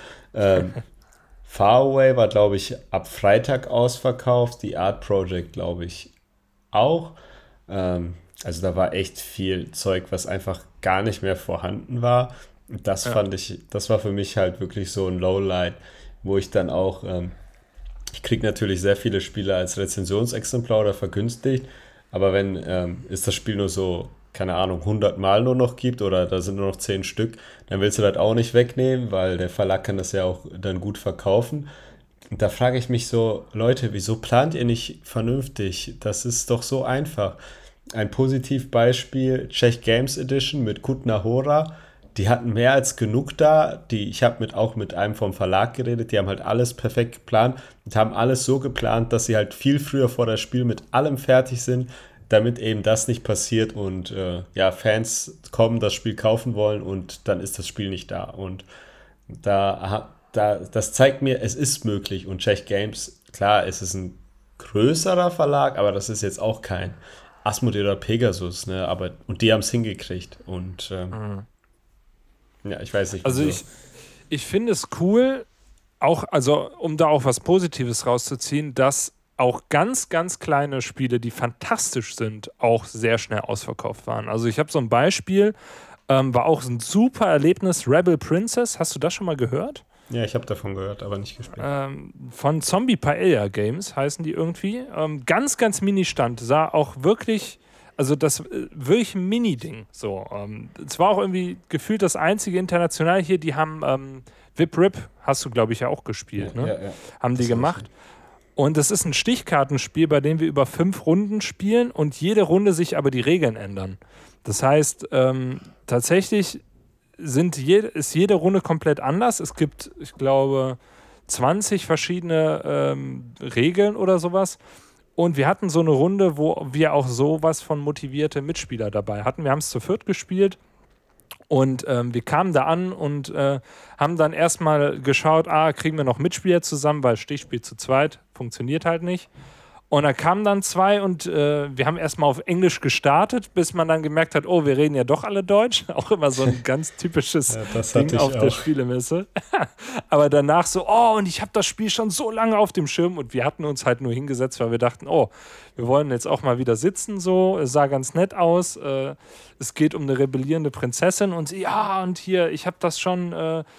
Far Away war, glaube ich, ab Freitag ausverkauft. Die Art Project, glaube ich, auch. Also da war echt viel Zeug, was einfach gar nicht mehr vorhanden war. Und das das war für mich halt wirklich so ein Lowlight, wo ich dann auch, ich kriege natürlich sehr viele Spiele als Rezensionsexemplar oder vergünstigt, aber wenn es das Spiel nur so, keine Ahnung, 100 Mal nur noch gibt oder da sind nur noch 10 Stück, dann willst du das auch nicht wegnehmen, weil der Verlag kann das ja auch dann gut verkaufen. Und da frage ich mich so, Leute, wieso plant ihr nicht vernünftig? Das ist doch so einfach. Ein Positivbeispiel, Czech Games Edition mit Kutna Hora. Die hatten mehr als genug da. Ich habe auch mit einem vom Verlag geredet. Die haben halt alles perfekt geplant und haben alles so geplant, dass sie halt viel früher vor das Spiel mit allem fertig sind, damit eben das nicht passiert und Fans kommen, das Spiel kaufen wollen und dann ist das Spiel nicht da. Und das zeigt mir, es ist möglich. Und Czech Games, klar, es ist ein größerer Verlag, aber das ist jetzt auch kein Asmodee oder Pegasus, ne? Und die haben es hingekriegt. Und ich weiß nicht. Also ich finde es cool, auch, also um da auch was Positives rauszuziehen, dass auch ganz, ganz kleine Spiele, die fantastisch sind, auch sehr schnell ausverkauft waren. Also ich habe so ein Beispiel, war auch ein super Erlebnis, Rebel Princess. Hast du das schon mal gehört? Ja, ich habe davon gehört, aber nicht gespielt. Von Zombie Paella Games heißen die irgendwie. Ganz, ganz Mini-Stand. Sah auch wirklich, also das wirklich ein Mini-Ding. So, es war auch irgendwie gefühlt das einzige international hier. Die haben Vip Rip, hast du, glaube ich, ja auch gespielt, ja, ne? Ja. Haben die gemacht. Und das ist ein Stichkartenspiel, bei dem wir über 5 Runden spielen und jede Runde sich aber die Regeln ändern. Das heißt, tatsächlich ist jede Runde komplett anders. Es gibt, ich glaube, 20 verschiedene Regeln oder sowas. Und wir hatten so eine Runde, wo wir auch sowas von motivierte Mitspieler dabei hatten. Wir haben es zu viert gespielt Und wir kamen da an und haben dann erstmal geschaut, kriegen wir noch Mitspieler zusammen, weil Stichspiel zu zweit funktioniert halt nicht. Und da kamen dann zwei und wir haben erstmal auf Englisch gestartet, bis man dann gemerkt hat, oh, wir reden ja doch alle Deutsch. Auch immer so ein ganz typisches Ding auf der Spielemesse. Aber danach so, und ich habe das Spiel schon so lange auf dem Schirm und wir hatten uns halt nur hingesetzt, weil wir dachten, wir wollen jetzt auch mal wieder sitzen so. Es sah ganz nett aus. Es geht um eine rebellierende Prinzessin und sie, und hier, ich habe das schon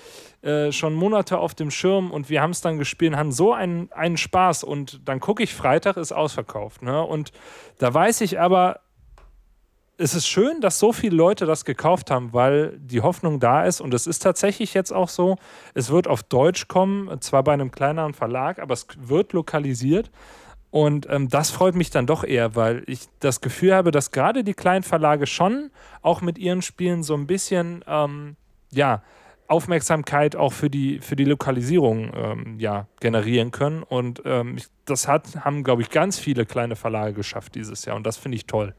Monate auf dem Schirm und wir haben es dann gespielt und haben so einen Spaß und dann gucke ich, Freitag ist ausverkauft. Ne? Und da weiß ich aber, es ist schön, dass so viele Leute das gekauft haben, weil die Hoffnung da ist und es ist tatsächlich jetzt auch so, es wird auf Deutsch kommen, zwar bei einem kleineren Verlag, aber es wird lokalisiert und das freut mich dann doch eher, weil ich das Gefühl habe, dass gerade die kleinen Verlage schon auch mit ihren Spielen so ein bisschen, Aufmerksamkeit auch für die Lokalisierung generieren können. Und das haben, glaube ich, ganz viele kleine Verlage geschafft dieses Jahr. Und das finde ich toll.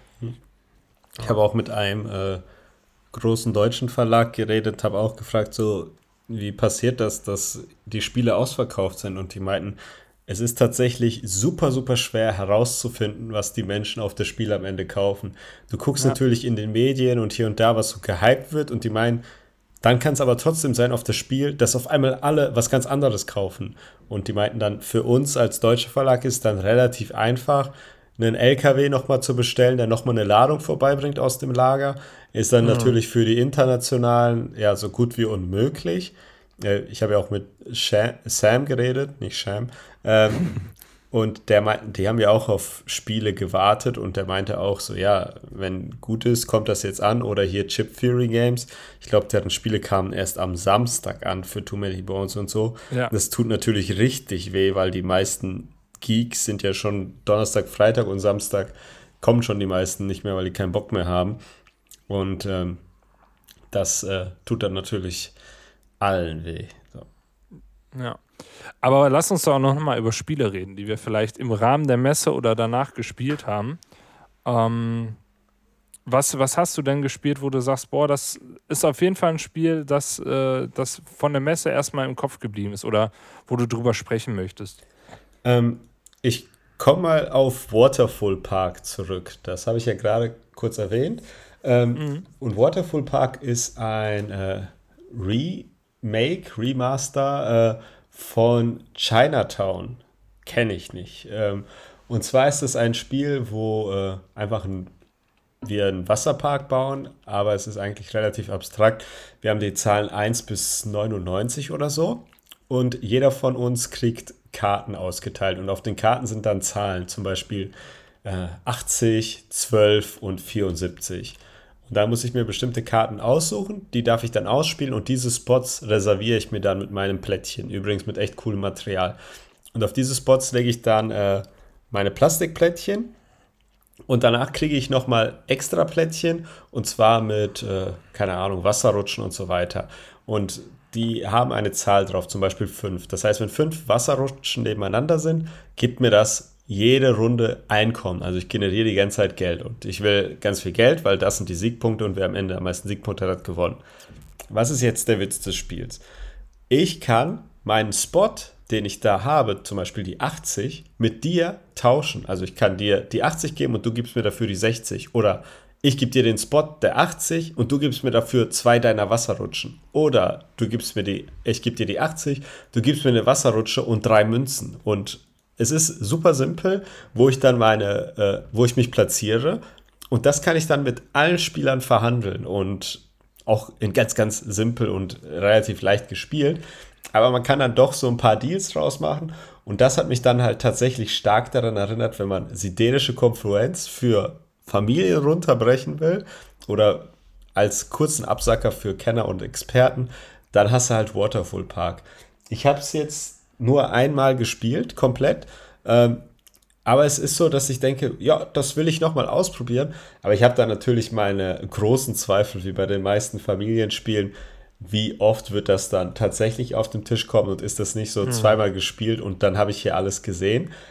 Ich habe auch mit einem großen deutschen Verlag geredet, habe auch gefragt, so wie passiert das, dass die Spiele ausverkauft sind? Und die meinten, es ist tatsächlich super, super schwer herauszufinden, was die Menschen auf das Spiel am Ende kaufen. Du guckst natürlich in den Medien und hier und da, was so gehypt wird. Und die meinen, dann kann es aber trotzdem sein auf das Spiel, dass auf einmal alle was ganz anderes kaufen. Und die meinten dann, für uns als deutscher Verlag ist dann relativ einfach, einen LKW nochmal zu bestellen, der nochmal eine Ladung vorbeibringt aus dem Lager. Ist dann natürlich für die Internationalen so gut wie unmöglich. Ich habe ja auch mit Sam geredet, nicht Sham. Und der meinte, die haben ja auch auf Spiele gewartet und der meinte auch so, wenn gut ist, kommt das jetzt an. Oder hier Chip Theory Games. Ich glaube, deren Spiele kamen erst am Samstag an für Too Many Bones und so. Ja. Das tut natürlich richtig weh, weil die meisten Geeks sind ja schon Donnerstag, Freitag und Samstag kommen schon die meisten nicht mehr, weil die keinen Bock mehr haben. Und das tut dann natürlich allen weh. So. Ja. Aber lass uns doch noch mal über Spiele reden, die wir vielleicht im Rahmen der Messe oder danach gespielt haben. Was hast du denn gespielt, wo du sagst, das ist auf jeden Fall ein Spiel, das von der Messe erstmal im Kopf geblieben ist oder wo du drüber sprechen möchtest? Ich komme mal auf Waterfall Park zurück. Das habe ich ja gerade kurz erwähnt. Und Waterfall Park ist ein Remaster von Chinatown. Kenne ich nicht. Und zwar ist es ein Spiel, wo wir einen Wasserpark bauen, aber es ist eigentlich relativ abstrakt. Wir haben die Zahlen 1 bis 99 oder so und jeder von uns kriegt Karten ausgeteilt und auf den Karten sind dann Zahlen, zum Beispiel 80, 12 und 74. Und da muss ich mir bestimmte Karten aussuchen, die darf ich dann ausspielen und diese Spots reserviere ich mir dann mit meinem Plättchen, übrigens mit echt coolem Material. Und auf diese Spots lege ich dann meine Plastikplättchen und danach kriege ich nochmal extra Plättchen und zwar mit, keine Ahnung, Wasserrutschen und so weiter. Und die haben eine Zahl drauf, zum Beispiel 5. Das heißt, wenn 5 Wasserrutschen nebeneinander sind, gibt mir das jede Runde Einkommen. Also ich generiere die ganze Zeit Geld und ich will ganz viel Geld, weil das sind die Siegpunkte und wer am Ende am meisten Siegpunkte hat, hat gewonnen. Was ist jetzt der Witz des Spiels? Ich kann meinen Spot, den ich da habe, zum Beispiel die 80, mit dir tauschen. Also ich kann dir die 80 geben und du gibst mir dafür die 60. Oder ich gebe dir den Spot der 80 und du gibst mir dafür 2 deiner Wasserrutschen. Oder ich gebe dir die 80, du gibst mir eine Wasserrutsche und 3 Münzen. Und es ist super simpel, wo ich dann wo ich mich platziere. Und das kann ich dann mit allen Spielern verhandeln. Und auch in ganz, ganz simpel und relativ leicht gespielt. Aber man kann dann doch so ein paar Deals draus machen. Und das hat mich dann halt tatsächlich stark daran erinnert, wenn man siderische Konfluenz für Familien runterbrechen will oder als kurzen Absacker für Kenner und Experten, dann hast du halt Waterfall Park. Ich habe es jetzt nur einmal gespielt, komplett. Aber es ist so, dass ich denke, ja, das will ich nochmal ausprobieren. Aber ich habe da natürlich meine großen Zweifel, wie bei den meisten Familienspielen. Wie oft wird das dann tatsächlich auf den Tisch kommen und ist das nicht so zweimal gespielt und dann habe ich hier alles gesehen?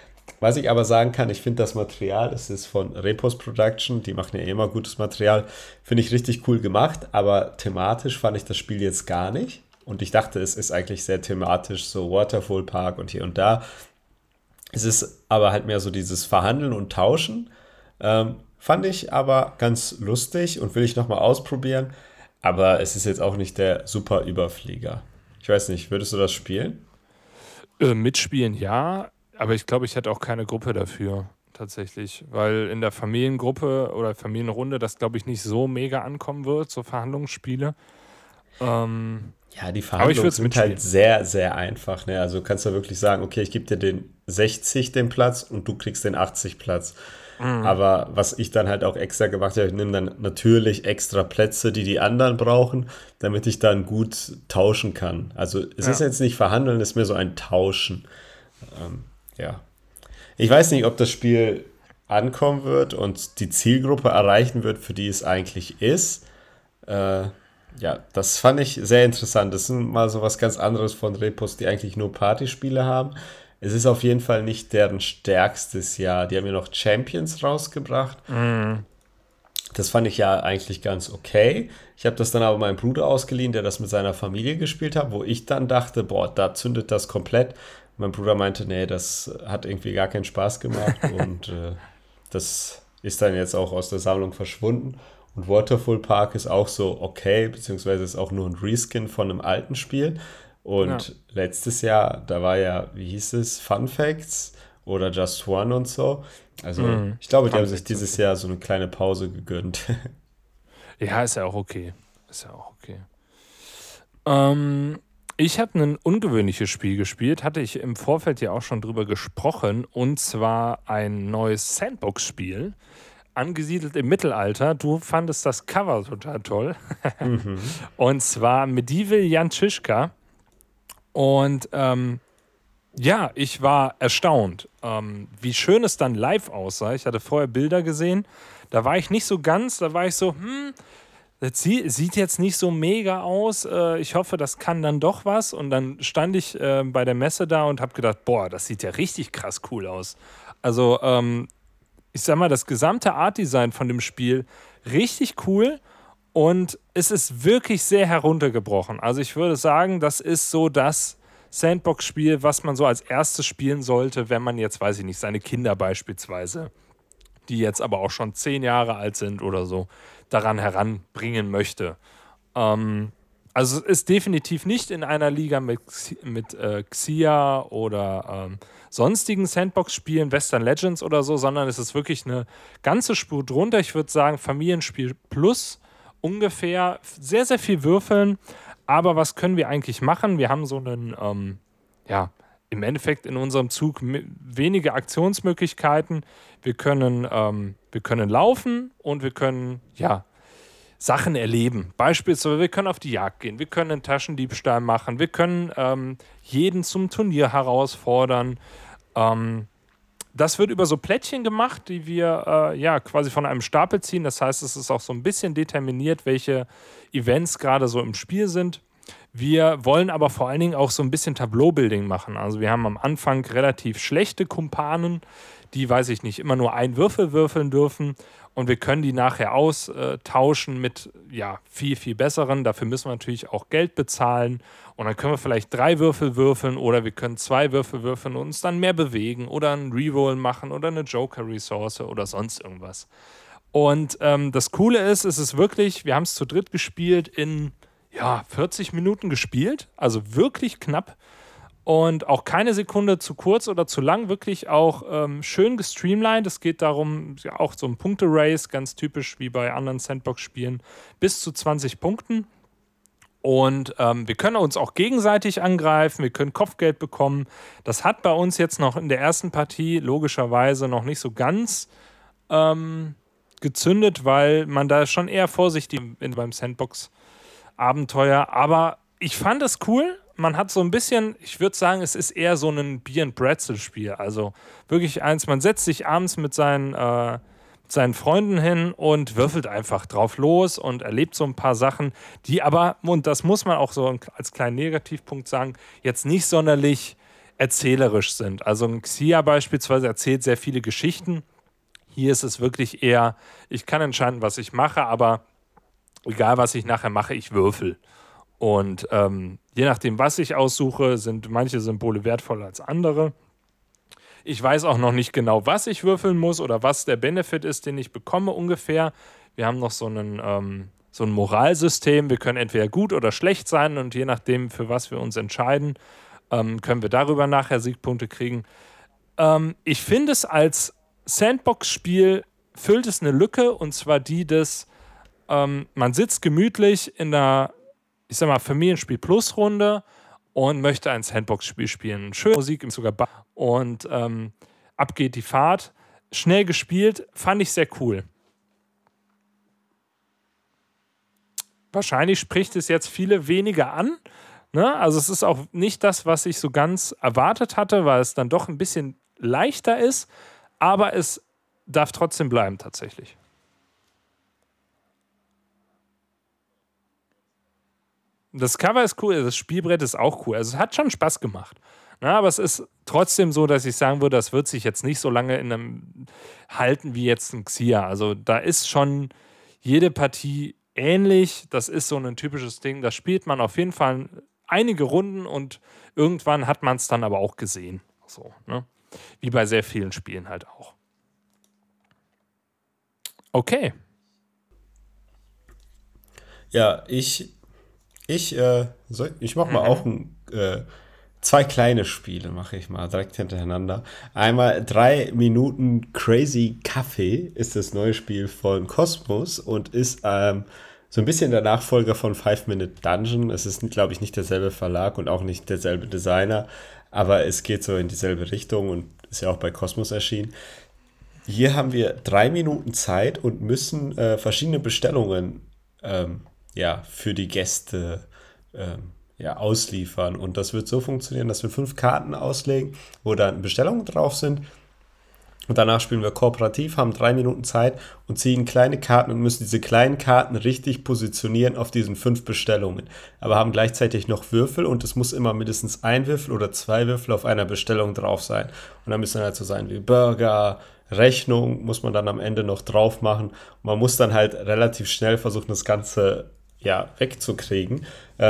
Was ich aber sagen kann, ich finde das Material, es ist von Repos Production, die machen ja immer gutes Material, finde ich richtig cool gemacht, aber thematisch fand ich das Spiel jetzt gar nicht. Und ich dachte, es ist eigentlich sehr thematisch, so Waterfall Park und hier und da. Es ist aber halt mehr so dieses Verhandeln und Tauschen. Fand ich aber ganz lustig und will ich nochmal ausprobieren. Aber es ist jetzt auch nicht der super Überflieger. Ich weiß nicht, würdest du das spielen? Mitspielen ja, aber ich glaube, ich hätte auch keine Gruppe dafür tatsächlich, weil in der Familiengruppe oder Familienrunde das, glaube ich, nicht so mega ankommen wird, so Verhandlungsspiele. Ähm, Ja, die aber ich würde Verhandlungen es sind mitspielen. halt sehr, sehr einfach. Ne? Also du kannst ja wirklich sagen, okay, ich gebe dir den 60 den Platz und du kriegst den 80 Platz. Mhm. Aber was ich dann halt auch extra gemacht habe, ich nehme dann natürlich extra Plätze, die die anderen brauchen, damit ich dann gut tauschen kann. Also es ist Ja. jetzt nicht verhandeln, es ist mehr so ein Tauschen. Ja. Ich weiß nicht, ob das Spiel ankommen wird und die Zielgruppe erreichen wird, für die es eigentlich ist. Äh, ja, das fand ich sehr interessant. Das ist mal so was ganz anderes von Repos, die eigentlich nur Partyspiele haben. Es ist auf jeden Fall nicht deren stärkstes Jahr. Die haben ja noch Champions rausgebracht. Mhm. Das fand ich ja eigentlich ganz okay. Ich habe das dann aber meinem Bruder ausgeliehen, der das mit seiner Familie gespielt hat, wo ich dann dachte, boah, da zündet das komplett. Mein Bruder meinte, nee, das hat irgendwie gar keinen Spaß gemacht und das ist dann jetzt auch aus der Sammlung verschwunden. Und Waterfall Park ist auch so okay, beziehungsweise ist auch nur ein Reskin von einem alten Spiel. Ja. Und letztes Jahr, da war ja, wie hieß es, Fun Facts oder Just One und so. Also Mhm. ich glaube, die Fun haben sich Facts, dieses okay. Jahr so eine kleine Pause gegönnt. Ja, ist ja auch okay. Ist ja auch okay. Ähm, Ich habe ein ungewöhnliches Spiel gespielt, hatte ich im Vorfeld ja auch schon drüber gesprochen, und zwar ein neues Sandbox-Spiel, angesiedelt im Mittelalter. Du fandest das Cover total toll. Mhm. Und zwar Medieval Jančiška. Und ja, ich war erstaunt, wie schön es dann live aussah. Ich hatte vorher Bilder gesehen. Da war ich nicht so ganz, da war ich so, das sieht jetzt nicht so mega aus. Ich hoffe, das kann dann doch was. Und dann stand ich bei der Messe da und habe gedacht, boah, das sieht ja richtig krass cool aus. Also, ich sag mal, das gesamte Art-Design von dem Spiel richtig cool. Und es ist wirklich sehr heruntergebrochen. Also ich würde sagen, das ist so das Sandbox-Spiel, was man so als erstes spielen sollte, wenn man jetzt, weiß ich nicht, seine Kinder beispielsweise, die jetzt aber auch schon 10 Jahre alt sind oder so, daran heranbringen möchte. Also es ist definitiv nicht in einer Liga mit Xia oder sonstigen Sandbox-Spielen, Western Legends oder so, sondern es ist wirklich eine ganze Spur drunter. Ich würde sagen, Familienspiel plus ungefähr, sehr, sehr viel würfeln. Aber was können wir eigentlich machen? Wir haben so einen, ja, im Endeffekt in unserem Zug wenige Aktionsmöglichkeiten. Wir können laufen und wir können, ja, Sachen erleben. Beispielsweise, wir können auf die Jagd gehen, wir können einen Taschendiebstahl machen, wir können jeden zum Turnier herausfordern. Ähm, Das wird über so Plättchen gemacht, die wir ja quasi von einem Stapel ziehen. Das heißt, es ist auch so ein bisschen determiniert, welche Events gerade so im Spiel sind. Wir wollen aber vor allen Dingen auch so ein bisschen Tableau-Building machen. Also wir haben am Anfang relativ schlechte Kumpanen, die, weiß ich nicht, immer nur einen Würfel würfeln dürfen. Und wir können die nachher austauschen mit ja, viel, viel besseren. Dafür müssen wir natürlich auch Geld bezahlen. Und dann können wir vielleicht 3 Würfel würfeln oder wir können 2 Würfel würfeln und uns dann mehr bewegen oder einen Reroll machen oder eine Joker-Ressource oder sonst irgendwas. Und das Coole ist, es ist wirklich, wir haben es zu dritt gespielt in ja, 40 Minuten gespielt, also wirklich knapp und auch keine Sekunde zu kurz oder zu lang, wirklich auch schön gestreamlined. Es geht darum, ja, auch so ein Punkte-Race, ganz typisch wie bei anderen Sandbox-Spielen, bis zu 20 Punkten. Und wir können uns auch gegenseitig angreifen, wir können Kopfgeld bekommen. Das hat bei uns jetzt noch in der ersten Partie logischerweise noch nicht so ganz gezündet, weil man da schon eher vorsichtig beim Sandbox-Abenteuer. Aber ich fand es cool. Man hat so ein bisschen, ich würde sagen, es ist eher so ein Bier-and-Bretzel-Spiel. Also wirklich eins, man setzt sich abends mit seinen Freunden hin und würfelt einfach drauf los und erlebt so ein paar Sachen, die aber, und das muss man auch so als kleinen Negativpunkt sagen, jetzt nicht sonderlich erzählerisch sind. Also ein Xia beispielsweise erzählt sehr viele Geschichten. Hier ist es wirklich eher, ich kann entscheiden, was ich mache, aber egal, was ich nachher mache, ich würfel. Und je nachdem, was ich aussuche, sind manche Symbole wertvoller als andere. Ich weiß auch noch nicht genau, was ich würfeln muss oder was der Benefit ist, den ich bekomme ungefähr. Wir haben noch so ein Moralsystem. Wir können entweder gut oder schlecht sein und je nachdem, für was wir uns entscheiden, können wir darüber nachher Siegpunkte kriegen. Ich finde es als Sandbox-Spiel füllt es eine Lücke und zwar die des, man sitzt gemütlich in einer, ich sag mal, Familienspiel-Plus-Runde und möchte ein Sandbox-Spiel spielen. Schöne Musik, sogar und ab geht die Fahrt. Schnell gespielt, fand ich sehr cool. Wahrscheinlich spricht es jetzt viele weniger an. Ne? Also es ist auch nicht das, was ich so ganz erwartet hatte, weil es dann doch ein bisschen leichter ist, aber es darf trotzdem bleiben tatsächlich. Das Cover ist cool, das Spielbrett ist auch cool. Also es hat schon Spaß gemacht. Ja, aber es ist trotzdem so, dass ich sagen würde, das wird sich jetzt nicht so lange in einem halten wie jetzt ein Xia. Also da ist schon jede Partie ähnlich. Das ist so ein typisches Ding. Das spielt man auf jeden Fall einige Runden und irgendwann hat man es dann aber auch gesehen. So, ne? Wie bei sehr vielen Spielen halt auch. Okay. Ja, ich mache mal auch zwei kleine Spiele, mache ich mal direkt hintereinander. Einmal 3 Minuten Crazy Kaffee ist das neue Spiel von Cosmos und ist so ein bisschen der Nachfolger von 5-Minute Dungeon. Es ist, glaube ich, nicht derselbe Verlag und auch nicht derselbe Designer, aber es geht so in dieselbe Richtung und ist ja auch bei Cosmos erschienen. Hier haben wir 3 Minuten Zeit und müssen verschiedene Bestellungen für die Gäste ausliefern. Und das wird so funktionieren, dass wir 5 Karten auslegen, wo dann Bestellungen drauf sind. Und danach spielen wir kooperativ, haben 3 Minuten Zeit und ziehen kleine Karten und müssen diese kleinen Karten richtig positionieren auf diesen 5 Bestellungen. Aber haben gleichzeitig noch Würfel und es muss immer mindestens ein Würfel oder 2 Würfel auf einer Bestellung drauf sein. Und dann müssen halt so sein wie Burger, Rechnung muss man dann am Ende noch drauf machen. Und man muss dann halt relativ schnell versuchen, das Ganze wegzukriegen.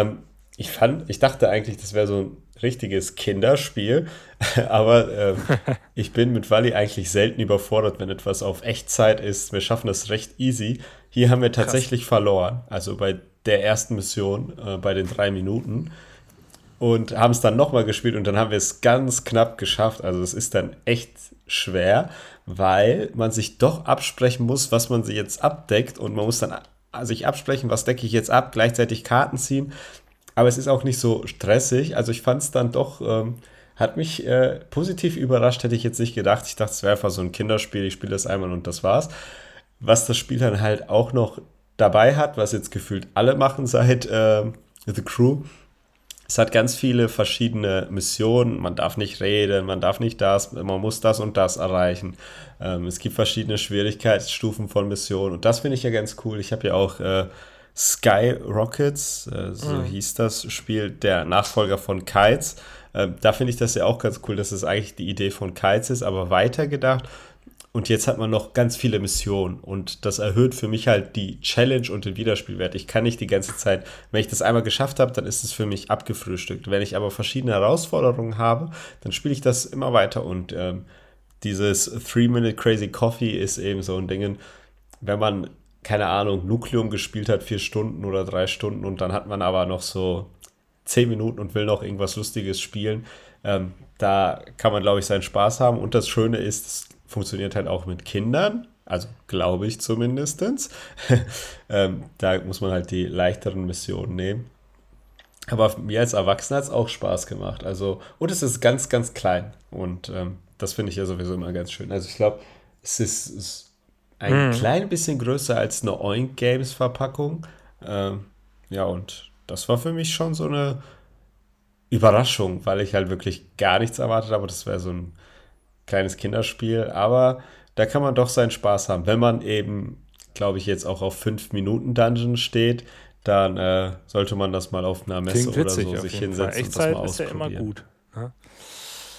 Ich dachte eigentlich, das wäre so ein richtiges Kinderspiel, aber ich bin mit Wally eigentlich selten überfordert, wenn etwas auf Echtzeit ist. Wir schaffen das recht easy. Hier haben wir tatsächlich verloren, also bei der ersten Mission, bei den 3 Minuten und haben es dann nochmal gespielt und dann haben wir es ganz knapp geschafft. Also es ist dann echt schwer, weil man sich doch absprechen muss, was man sie jetzt abdeckt und man muss dann sich absprechen, was decke ich jetzt ab, gleichzeitig Karten ziehen. Aber es ist auch nicht so stressig. Also ich fand es dann doch, hat mich positiv überrascht, hätte ich jetzt nicht gedacht. Ich dachte, es wäre einfach so ein Kinderspiel, ich spiele das einmal und das war's. Was das Spiel dann halt auch noch dabei hat, was jetzt gefühlt alle machen seit The Crew, es hat ganz viele verschiedene Missionen. Man darf nicht reden, man darf nicht das, man muss das und das erreichen. Es gibt verschiedene Schwierigkeitsstufen von Missionen und das finde ich ja ganz cool. Ich habe ja auch Sky Rockets, so hieß das Spiel, der Nachfolger von Kites. Da finde ich das ja auch ganz cool, dass es eigentlich die Idee von Kites ist, aber weitergedacht. Und jetzt hat man noch ganz viele Missionen und das erhöht für mich halt die Challenge und den Wiederspielwert. Ich kann nicht die ganze Zeit, wenn ich das einmal geschafft habe, dann ist es für mich abgefrühstückt. Wenn ich aber verschiedene Herausforderungen habe, dann spiele ich das immer weiter und dieses 3-Minute Crazy Coffee ist eben so ein Ding, wenn man, keine Ahnung, Nukleum gespielt hat, 4 Stunden oder 3 Stunden und dann hat man aber noch so 10 Minuten und will noch irgendwas Lustiges spielen. Da kann man, glaube ich, seinen Spaß haben und das Schöne ist, es funktioniert halt auch mit Kindern, also glaube ich zumindest. Da muss man halt die leichteren Missionen nehmen. Aber mir als Erwachsener hat es auch Spaß gemacht. Also, und es ist ganz, ganz klein. Und das finde ich ja sowieso immer ganz schön. Also ich glaube, es ist ein klein bisschen größer als eine Oink Games Verpackung. Ja, und das war für mich schon so eine Überraschung, weil ich halt wirklich gar nichts erwartet habe. Das wäre so ein kleines Kinderspiel, aber da kann man doch seinen Spaß haben. Wenn man eben, glaube ich, jetzt auch auf 5-Minuten-Dungeon steht, dann sollte man das mal auf einer Messe Klingt witzig, oder so sich hinsetzen und das mal ausprobieren. ist ja immer gut. Ne?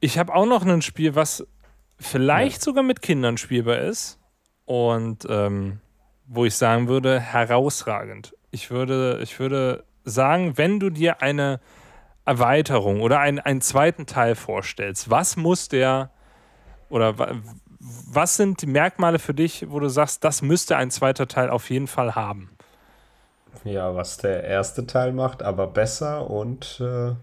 Ich habe auch noch ein Spiel, was vielleicht sogar mit Kindern spielbar ist und wo ich sagen würde, herausragend. Ich würde sagen, wenn du dir eine Erweiterung oder einen zweiten Teil vorstellst, was muss der oder was sind die Merkmale für dich, wo du sagst, das müsste ein zweiter Teil auf jeden Fall haben? Ja, was der erste Teil macht, aber besser und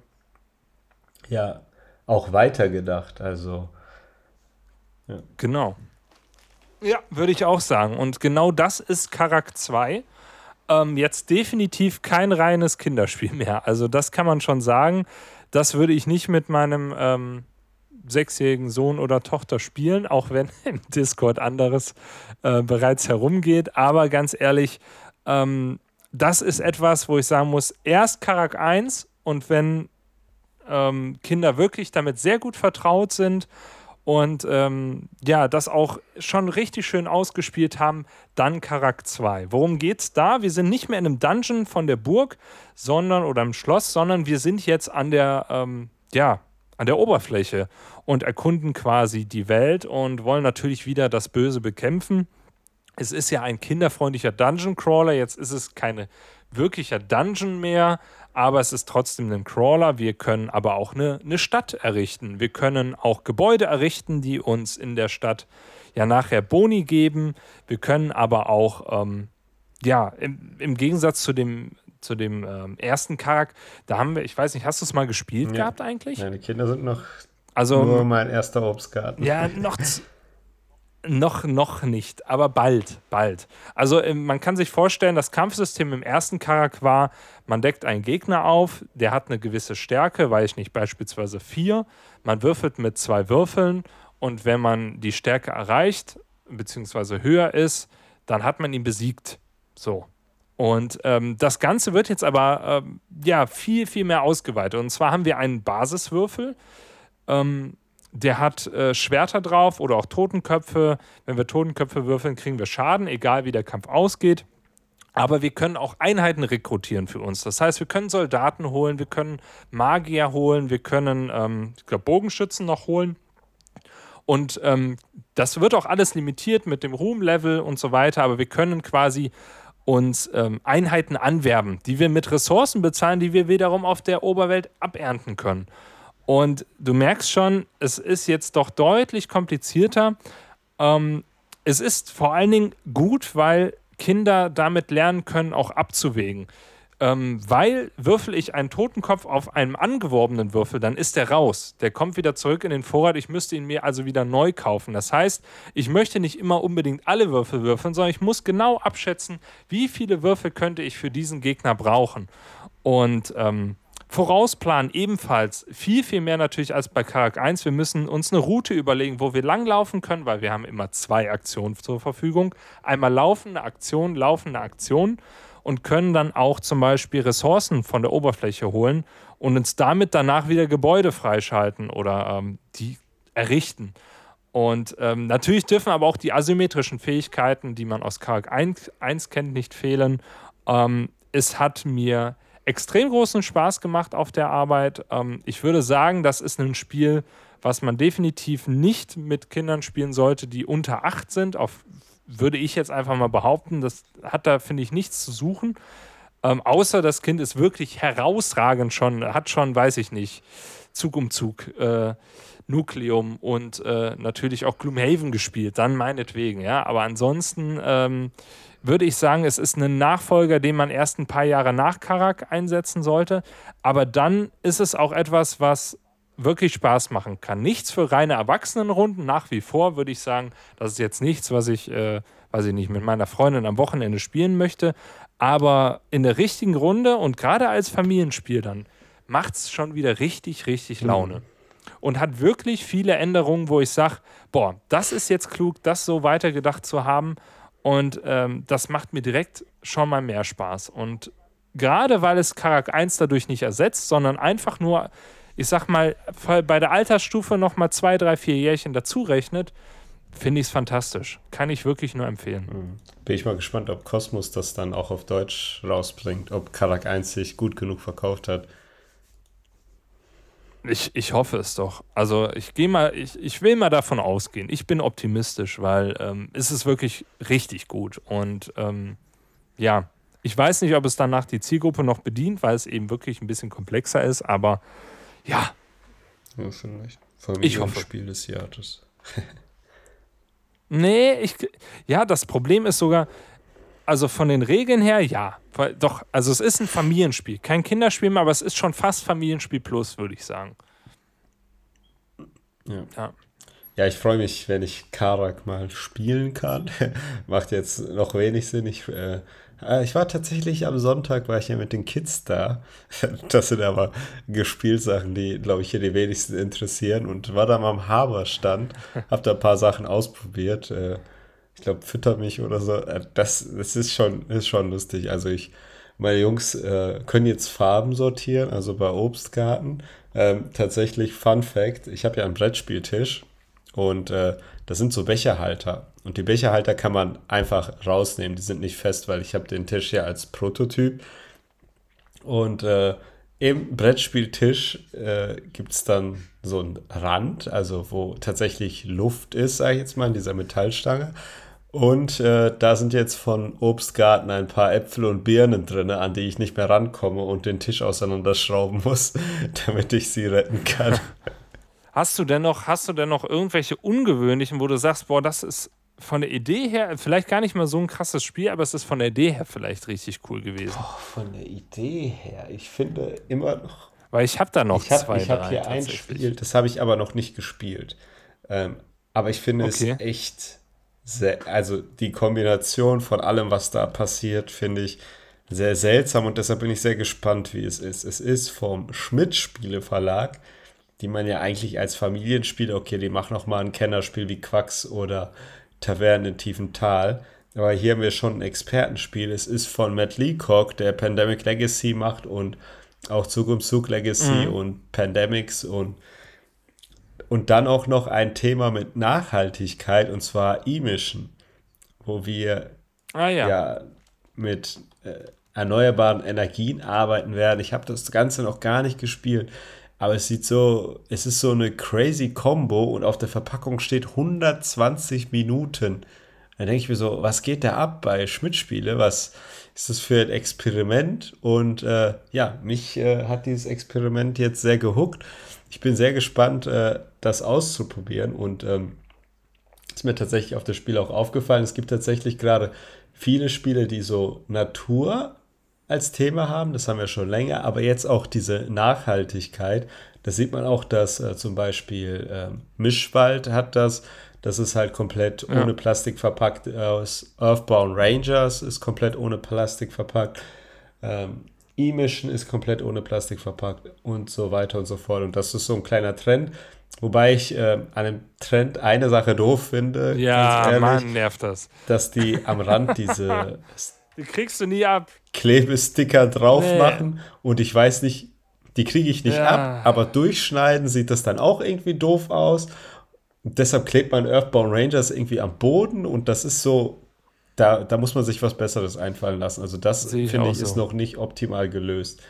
ja, auch weitergedacht. Also, ja. Genau. Ja, würde ich auch sagen. Und genau das ist Karak 2. Jetzt definitiv kein reines Kinderspiel mehr. Also das kann man schon sagen. Das würde ich nicht mit meinem 6-jährigen Sohn oder Tochter spielen, auch wenn im Discord anderes bereits herumgeht. Aber ganz ehrlich, das ist etwas, wo ich sagen muss, erst Karak 1 und wenn Kinder wirklich damit sehr gut vertraut sind und das auch schon richtig schön ausgespielt haben, dann Karak 2. Worum geht's da? Wir sind nicht mehr in einem Dungeon von der Burg, oder im Schloss, sondern wir sind jetzt an der Oberfläche und erkunden quasi die Welt und wollen natürlich wieder das Böse bekämpfen. Es ist ja ein kinderfreundlicher Dungeon Crawler, jetzt ist es kein wirklicher Dungeon mehr, aber es ist trotzdem ein Crawler. Wir können aber auch eine Stadt errichten. Wir können auch Gebäude errichten, die uns in der Stadt ja nachher Boni geben. Wir können aber auch, im Gegensatz zu dem ersten Charakter, da haben wir, ich weiß nicht, hast du es mal gespielt gehabt eigentlich? Ja, die Kinder sind noch Also, nur mein erster Obstgarten. ja, noch nicht, aber bald. Also man kann sich vorstellen, das Kampfsystem im ersten Charakter war, man deckt einen Gegner auf, der hat eine gewisse Stärke, weiß ich nicht, beispielsweise 4. Man würfelt mit 2 Würfeln und wenn man die Stärke erreicht, beziehungsweise höher ist, dann hat man ihn besiegt. So. Und das Ganze wird jetzt aber viel, viel mehr ausgeweitet. Und zwar haben wir einen Basiswürfel, der hat Schwerter drauf oder auch Totenköpfe. Wenn wir Totenköpfe würfeln, kriegen wir Schaden, egal wie der Kampf ausgeht. Aber wir können auch Einheiten rekrutieren für uns. Das heißt, wir können Soldaten holen, wir können Magier holen, wir können, ich glaube, Bogenschützen noch holen. Und das wird auch alles limitiert mit dem Ruhmlevel und so weiter. Aber wir können quasi uns Einheiten anwerben, die wir mit Ressourcen bezahlen, die wir wiederum auf der Oberwelt abernten können. Und du merkst schon, es ist jetzt doch deutlich komplizierter. Es ist vor allen Dingen gut, weil Kinder damit lernen können, auch abzuwägen. Weil würfel ich einen Totenkopf auf einem angeworbenen Würfel, dann ist der raus. Der kommt wieder zurück in den Vorrat. Ich müsste ihn mir also wieder neu kaufen. Das heißt, ich möchte nicht immer unbedingt alle Würfel würfeln, sondern ich muss genau abschätzen, wie viele Würfel könnte ich für diesen Gegner brauchen. Und Vorausplanen ebenfalls viel, viel mehr natürlich als bei Karak 1. Wir müssen uns eine Route überlegen, wo wir langlaufen können, weil wir haben immer 2 Aktionen zur Verfügung. Einmal laufende Aktion und können dann auch zum Beispiel Ressourcen von der Oberfläche holen und uns damit danach wieder Gebäude freischalten oder die errichten. Und natürlich dürfen aber auch die asymmetrischen Fähigkeiten, die man aus Karak 1 kennt, nicht fehlen. Es hat mir extrem großen Spaß gemacht auf der Arbeit. Ich würde sagen, das ist ein Spiel, was man definitiv nicht mit Kindern spielen sollte, die unter 8 sind. Würde ich jetzt einfach mal behaupten. Das hat da, finde ich, nichts zu suchen. Außer das Kind ist wirklich herausragend schon, hat schon, weiß ich nicht, Zug um Zug, Nukleum und natürlich auch Gloomhaven gespielt, dann meinetwegen, ja. Aber ansonsten würde ich sagen, es ist ein Nachfolger, den man erst ein paar Jahre nach Karak einsetzen sollte. Aber dann ist es auch etwas, was wirklich Spaß machen kann. Nichts für reine Erwachsenenrunden, nach wie vor würde ich sagen, das ist jetzt nichts, was ich, weiß ich nicht, mit meiner Freundin am Wochenende spielen möchte. Aber in der richtigen Runde und gerade als Familienspiel dann macht es schon wieder richtig, richtig Laune. Und hat wirklich viele Änderungen, wo ich sage, boah, das ist jetzt klug, das so weitergedacht zu haben. Und das macht mir direkt schon mal mehr Spaß. Und gerade weil es Karak 1 dadurch nicht ersetzt, sondern einfach nur, ich sag mal, bei der Altersstufe noch mal 2, 3, 4 Jährchen dazu rechnet, finde ich es fantastisch. Kann ich wirklich nur empfehlen. Bin ich mal gespannt, ob Cosmos das dann auch auf Deutsch rausbringt, ob Karak 1 sich gut genug verkauft hat. Ich hoffe es doch. Also ich will mal davon ausgehen. Ich bin optimistisch, weil es ist wirklich richtig gut. Und ja, ich weiß nicht, ob es danach die Zielgruppe noch bedient, weil es eben wirklich ein bisschen komplexer ist, aber ja, Ja, vielleicht. ich hoffe. Familienspiel des Jahres. Nee, ja, das Problem ist sogar, also von den Regeln her, ja. Doch, also es ist ein Familienspiel. Kein Kinderspiel mehr, aber es ist schon fast Familienspiel plus, würde ich sagen. Ja. Ja. Ja, ich freue mich, wenn ich Karak mal spielen kann. Macht jetzt noch wenig Sinn. Ich war tatsächlich am Sonntag, war ich ja mit den Kids da. Das sind aber Gespielsachen, die, glaube ich, hier die wenigsten interessieren. Und war da mal am Haberstand, hab da ein paar Sachen ausprobiert. Ich glaube, Fütter mich oder so. Das ist schon lustig. Also meine Jungs können jetzt Farben sortieren, also bei Obstgarten. Tatsächlich, Fun Fact, ich habe ja einen Brettspieltisch. Und das sind so Becherhalter. Und die Becherhalter kann man einfach rausnehmen. Die sind nicht fest, weil ich habe den Tisch ja als Prototyp. Und im Brettspieltisch gibt es dann so einen Rand, also wo tatsächlich Luft ist, sage ich jetzt mal, in dieser Metallstange. Und da sind jetzt von Obstgarten ein paar Äpfel und Birnen drin, an die ich nicht mehr rankomme und den Tisch auseinanderschrauben muss, damit ich sie retten kann. Hast du denn noch irgendwelche ungewöhnlichen, wo du sagst, boah, das ist von der Idee her vielleicht gar nicht mal so ein krasses Spiel, aber es ist von der Idee her vielleicht richtig cool gewesen? Von der Idee her, ich finde immer noch. Weil ich habe da noch zwei, Ich hab drei hier ein tatsächlich. Spiel, das habe ich aber noch nicht gespielt. Aber ich finde es Okay. echt also die Kombination von allem, was da passiert, finde ich sehr seltsam und deshalb bin ich sehr gespannt, wie es ist. Es ist vom Schmidt-Spiele-Verlag, die man ja eigentlich als Familienspiel, okay, die machen noch mal ein Kennerspiel wie Quacks oder Taverne in tiefem Tal. Aber hier haben wir schon ein Expertenspiel. Es ist von Matt Leacock, der Pandemic Legacy macht und auch Zug um Zug Legacy Mhm. und Pandemics und dann auch noch ein Thema mit Nachhaltigkeit und zwar E-Mission, wo wir Ah ja. ja mit erneuerbaren Energien arbeiten werden. Ich habe das Ganze noch gar nicht gespielt, aber es ist so eine crazy Combo und auf der Verpackung steht 120 Minuten. Da denke ich mir so, was geht da ab bei Schmidt-Spiele? Was ist das für ein Experiment? Und ja, mich hat dieses Experiment jetzt sehr gehuckt. Ich bin sehr gespannt, das auszuprobieren und ist mir tatsächlich auf das Spiel auch aufgefallen. Es gibt tatsächlich gerade viele Spiele, die so Natur als Thema haben. Das haben wir schon länger, aber jetzt auch diese Nachhaltigkeit. Das sieht man auch, dass zum Beispiel Mischwald hat das. Das ist halt komplett Ja. ohne Plastik verpackt. Aus Earthbound Rangers ist komplett ohne Plastik verpackt. E-Mission ist komplett ohne Plastik verpackt und so weiter und so fort. Und das ist so ein kleiner Trend. Wobei ich an dem Trend eine Sache doof finde, ganz Ja, ehrlich, Mann, nervt das. dass die am Rand diese Die kriegst du nie ab. Klebesticker drauf Nee. machen und ich weiß nicht, die kriege ich nicht ab, Ja. aber durchschneiden sieht das dann auch irgendwie doof aus. Und deshalb klebt man Earthbound Rangers irgendwie am Boden und das ist so, da muss man sich was Besseres einfallen lassen. Also das, Sehe ich finde auch ich, ist so. noch nicht optimal gelöst.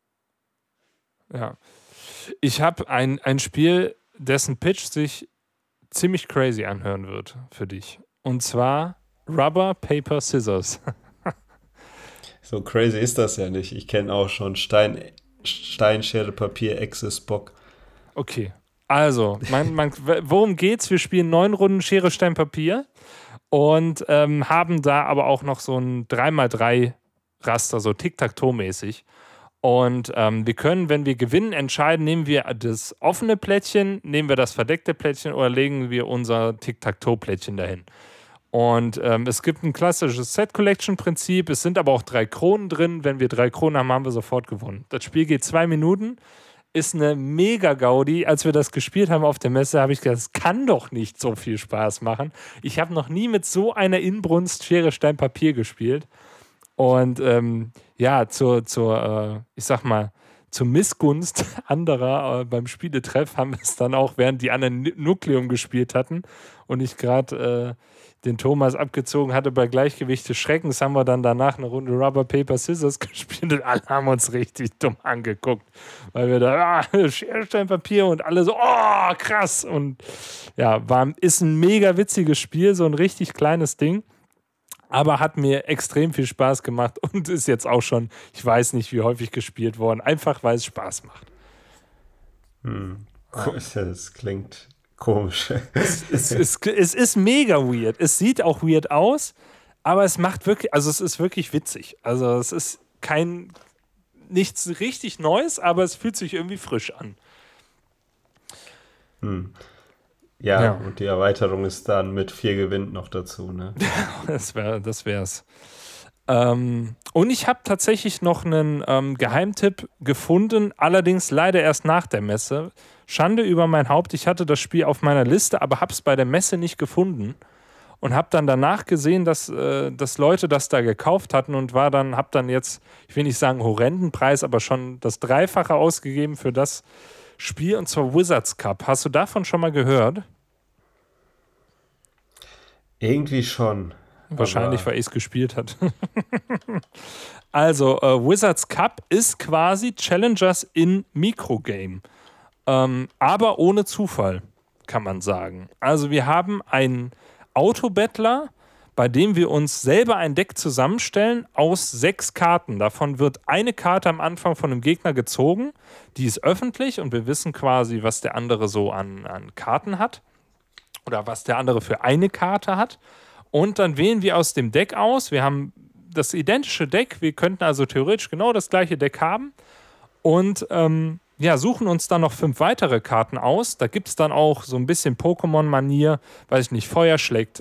Ja. Ich habe ein Spiel, dessen Pitch sich ziemlich crazy anhören wird für dich. Und zwar Rubber, Paper, Scissors. So crazy ist das ja nicht. Ich kenne auch schon Stein, Schere, Papier, Exe, Spock. Okay. Also, worum geht's? Wir spielen 9 Runden Schere, Stein, Papier und haben da aber auch noch so ein 3x3 Raster, so Tic-Tac-Toe-mäßig. Und wir können, wenn wir gewinnen, entscheiden, nehmen wir das offene Plättchen, nehmen wir das verdeckte Plättchen oder legen wir unser Tic-Tac-Toe-Plättchen dahin. Und es gibt ein klassisches Set-Collection-Prinzip, es sind aber auch 3 Kronen drin. Wenn wir 3 Kronen haben, haben wir sofort gewonnen. Das Spiel geht 2 Minuten, ist eine Mega-Gaudi. Als wir das gespielt haben auf der Messe, habe ich gedacht, das kann doch nicht so viel Spaß machen. Ich habe noch nie mit so einer Inbrunst Schere, Stein, Papier gespielt. Und ja, ich sag mal, Zum Missgunst anderer beim Spieletreff haben wir es dann auch, während die anderen Nukleum gespielt hatten und ich gerade den Thomas abgezogen hatte bei Gleichgewicht des Schreckens, haben wir dann danach eine Runde Rubber, Paper, Scissors gespielt und alle haben uns richtig dumm angeguckt, weil wir da, Schere, Stein, Papier und alle so, oh, krass. Und ja, ist ein mega witziges Spiel, so ein richtig kleines Ding. Aber hat mir extrem viel Spaß gemacht und ist jetzt auch schon, ich weiß nicht, wie häufig gespielt worden, einfach weil es Spaß macht. Das klingt komisch. Es ist mega weird. Es sieht auch weird aus, aber es macht wirklich, also es ist wirklich witzig. Also es ist nichts richtig Neues, aber es fühlt sich irgendwie frisch an. Ja, und die Erweiterung ist dann mit 4 gewinnt noch dazu, ne? Das wär's. Und ich habe tatsächlich noch einen Geheimtipp gefunden, allerdings leider erst nach der Messe. Schande über mein Haupt, ich hatte das Spiel auf meiner Liste, aber habe es bei der Messe nicht gefunden. Und habe dann danach gesehen, dass Leute das da gekauft hatten und habe dann jetzt, ich will nicht sagen horrenden Preis, aber schon das Dreifache ausgegeben für das Spiel, und zwar Wizards Cup. Hast du davon schon mal gehört? Irgendwie schon. Wahrscheinlich, weil ich es gespielt hat. Also, Wizards Cup ist quasi Challengers in Mikrogame. Aber ohne Zufall, kann man sagen. Also, wir haben einen Autobattler, bei dem wir uns selber ein Deck zusammenstellen aus 6 Karten. Davon wird eine Karte am Anfang von einem Gegner gezogen. Die ist öffentlich und wir wissen quasi, was der andere so an Karten hat. Oder was der andere für eine Karte hat. Und dann wählen wir aus dem Deck aus. Wir haben das identische Deck. Wir könnten also theoretisch genau das gleiche Deck haben. Und suchen uns dann noch 5 weitere Karten aus. Da gibt es dann auch so ein bisschen Pokémon-Manier. Weiß ich nicht, Feuer schlägt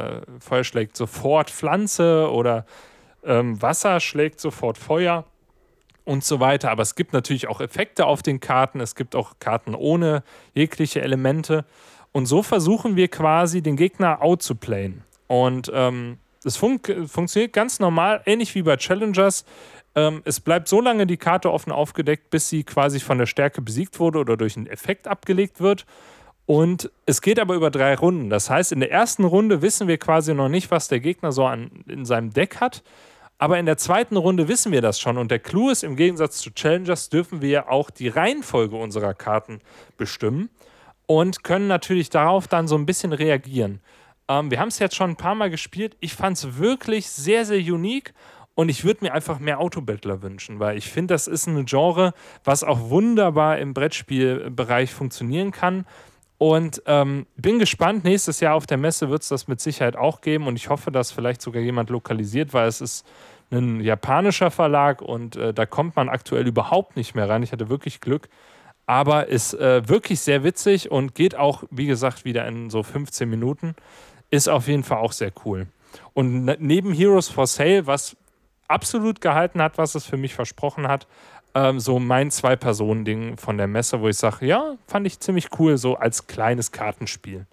sofort Pflanze oder Wasser schlägt sofort Feuer und so weiter. Aber es gibt natürlich auch Effekte auf den Karten. Es gibt auch Karten ohne jegliche Elemente. Und so versuchen wir quasi, den Gegner outzuplayen. Und es funktioniert ganz normal, ähnlich wie bei Challengers. Es bleibt so lange die Karte offen aufgedeckt, bis sie quasi von der Stärke besiegt wurde oder durch einen Effekt abgelegt wird. Und es geht aber über 3 Runden. Das heißt, in der ersten Runde wissen wir quasi noch nicht, was der Gegner so in seinem Deck hat. Aber in der zweiten Runde wissen wir das schon. Und der Clou ist, im Gegensatz zu Challengers dürfen wir auch die Reihenfolge unserer Karten bestimmen und können natürlich darauf dann so ein bisschen reagieren. Wir haben es jetzt schon ein paar Mal gespielt. Ich fand es wirklich sehr, sehr unique. Und ich würde mir einfach mehr Autobattler wünschen, weil ich finde, das ist ein Genre, was auch wunderbar im Brettspielbereich funktionieren kann. Und bin gespannt, nächstes Jahr auf der Messe wird es das mit Sicherheit auch geben. Und ich hoffe, dass vielleicht sogar jemand lokalisiert, weil es ist ein japanischer Verlag und da kommt man aktuell überhaupt nicht mehr rein. Ich hatte wirklich Glück. Aber ist wirklich sehr witzig und geht auch, wie gesagt, wieder in so 15 Minuten. Ist auf jeden Fall auch sehr cool. Und neben Heroes for Sale, was absolut gehalten hat, was es für mich versprochen hat, so mein 2-Personen-Ding von der Messe, wo ich sage, ja, fand ich ziemlich cool, so als kleines Kartenspiel.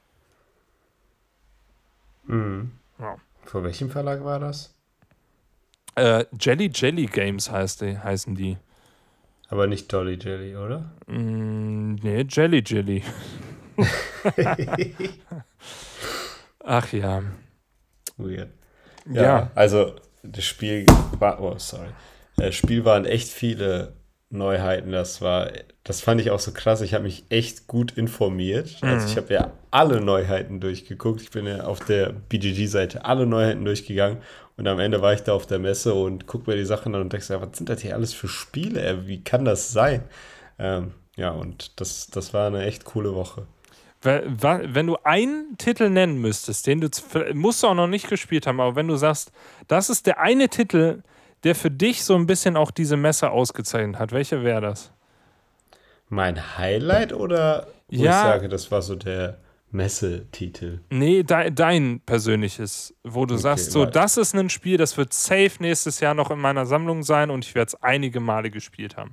Ja. Von welchem Verlag war das? Jelly Games heißen die. Aber nicht Dolly Jelly, oder? Nee, Jelly. Ach ja. Weird. Ja, also das Spiel waren echt viele Neuheiten. Das fand ich auch so krass. Ich habe mich echt gut informiert. Also ich habe ja alle Neuheiten durchgeguckt. Ich bin ja auf der BGG-Seite alle Neuheiten durchgegangen. Und am Ende war ich da auf der Messe und gucke mir die Sachen an und denke, was sind das hier alles für Spiele? Wie kann das sein? Und das war eine echt coole Woche. Wenn du einen Titel nennen müsstest, den musst du auch noch nicht gespielt haben, aber wenn du sagst, das ist der eine Titel, der für dich so ein bisschen auch diese Messe ausgezeichnet hat, welcher wäre das? Mein Highlight oder wo ich sage, das war so der Messetitel? Nee, dein persönliches, wo du sagst, so, das ist ein Spiel, das wird safe nächstes Jahr noch in meiner Sammlung sein und ich werde es einige Male gespielt haben.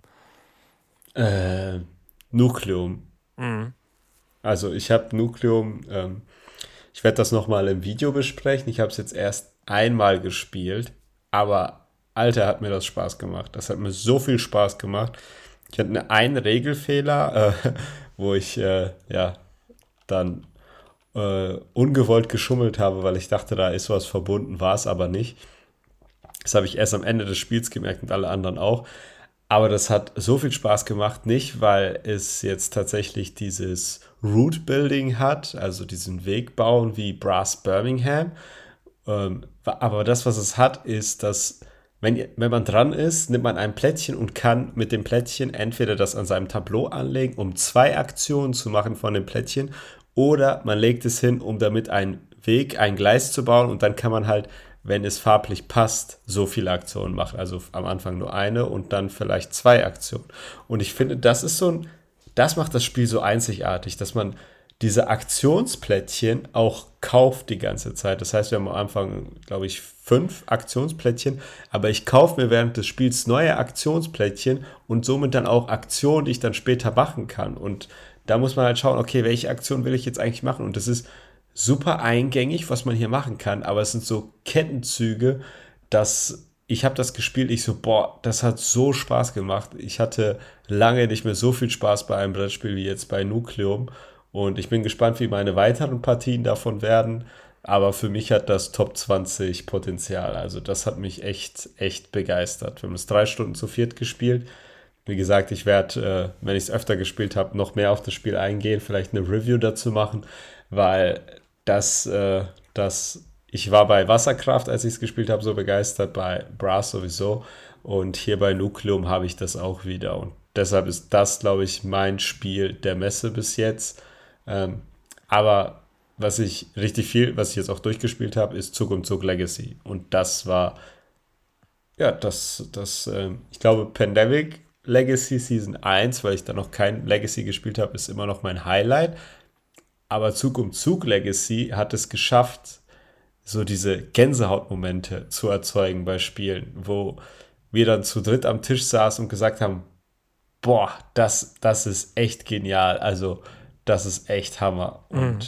Nukleum. Also ich habe Nukleum, ich werde das nochmal im Video besprechen. Ich habe es jetzt erst einmal gespielt, aber Alter, hat mir das Spaß gemacht. Das hat mir so viel Spaß gemacht. Ich hatte einen Regelfehler, wo ich dann ungewollt geschummelt habe, weil ich dachte, da ist was verbunden, war es aber nicht. Das habe ich erst am Ende des Spiels gemerkt und alle anderen auch. Aber das hat so viel Spaß gemacht, nicht weil es jetzt tatsächlich dieses Route-Building hat, also diesen Weg bauen wie Brass Birmingham. Aber das, was es hat, ist, dass wenn man dran ist, nimmt man ein Plättchen und kann mit dem Plättchen entweder das an seinem Tableau anlegen, um 2 Aktionen zu machen von dem Plättchen, oder man legt es hin, um damit einen Weg, ein Gleis zu bauen, und dann kann man halt, wenn es farblich passt, so viele Aktionen machen. Also am Anfang nur eine und dann vielleicht 2 Aktionen. Und ich finde, das macht das Spiel so einzigartig, dass man diese Aktionsplättchen auch kauft die ganze Zeit. Das heißt, wir haben am Anfang, glaube ich, 5 Aktionsplättchen, aber ich kaufe mir während des Spiels neue Aktionsplättchen und somit dann auch Aktionen, die ich dann später machen kann. Und da muss man halt schauen, okay, welche Aktion will ich jetzt eigentlich machen? Und das ist super eingängig, was man hier machen kann, aber es sind so Kettenzüge, dass ich habe das gespielt, ich so, boah, das hat so Spaß gemacht. Ich hatte lange nicht mehr so viel Spaß bei einem Brettspiel wie jetzt bei Nucleum, und ich bin gespannt, wie meine weiteren Partien davon werden, aber für mich hat das Top 20 Potenzial. Also das hat mich echt, echt begeistert. Wir haben es 3 Stunden zu viert gespielt. Wie gesagt, ich werde, wenn ich es öfter gespielt habe, noch mehr auf das Spiel eingehen, vielleicht eine Review dazu machen, weil ich war bei Wasserkraft, als ich es gespielt habe, so begeistert, bei Brass sowieso, und hier bei Nucleum habe ich das auch wieder, und deshalb ist das, glaube ich, mein Spiel der Messe bis jetzt. Aber was ich jetzt auch durchgespielt habe, ist Zug um Zug Legacy, und das war, ja, ich glaube, Pandemic Legacy Season 1, weil ich da noch kein Legacy gespielt habe, ist immer noch mein Highlight. Aber Zug um Zug Legacy hat es geschafft, so diese Gänsehautmomente zu erzeugen bei Spielen, wo wir dann zu dritt am Tisch saßen und gesagt haben, boah, das ist echt genial, also das ist echt Hammer. Und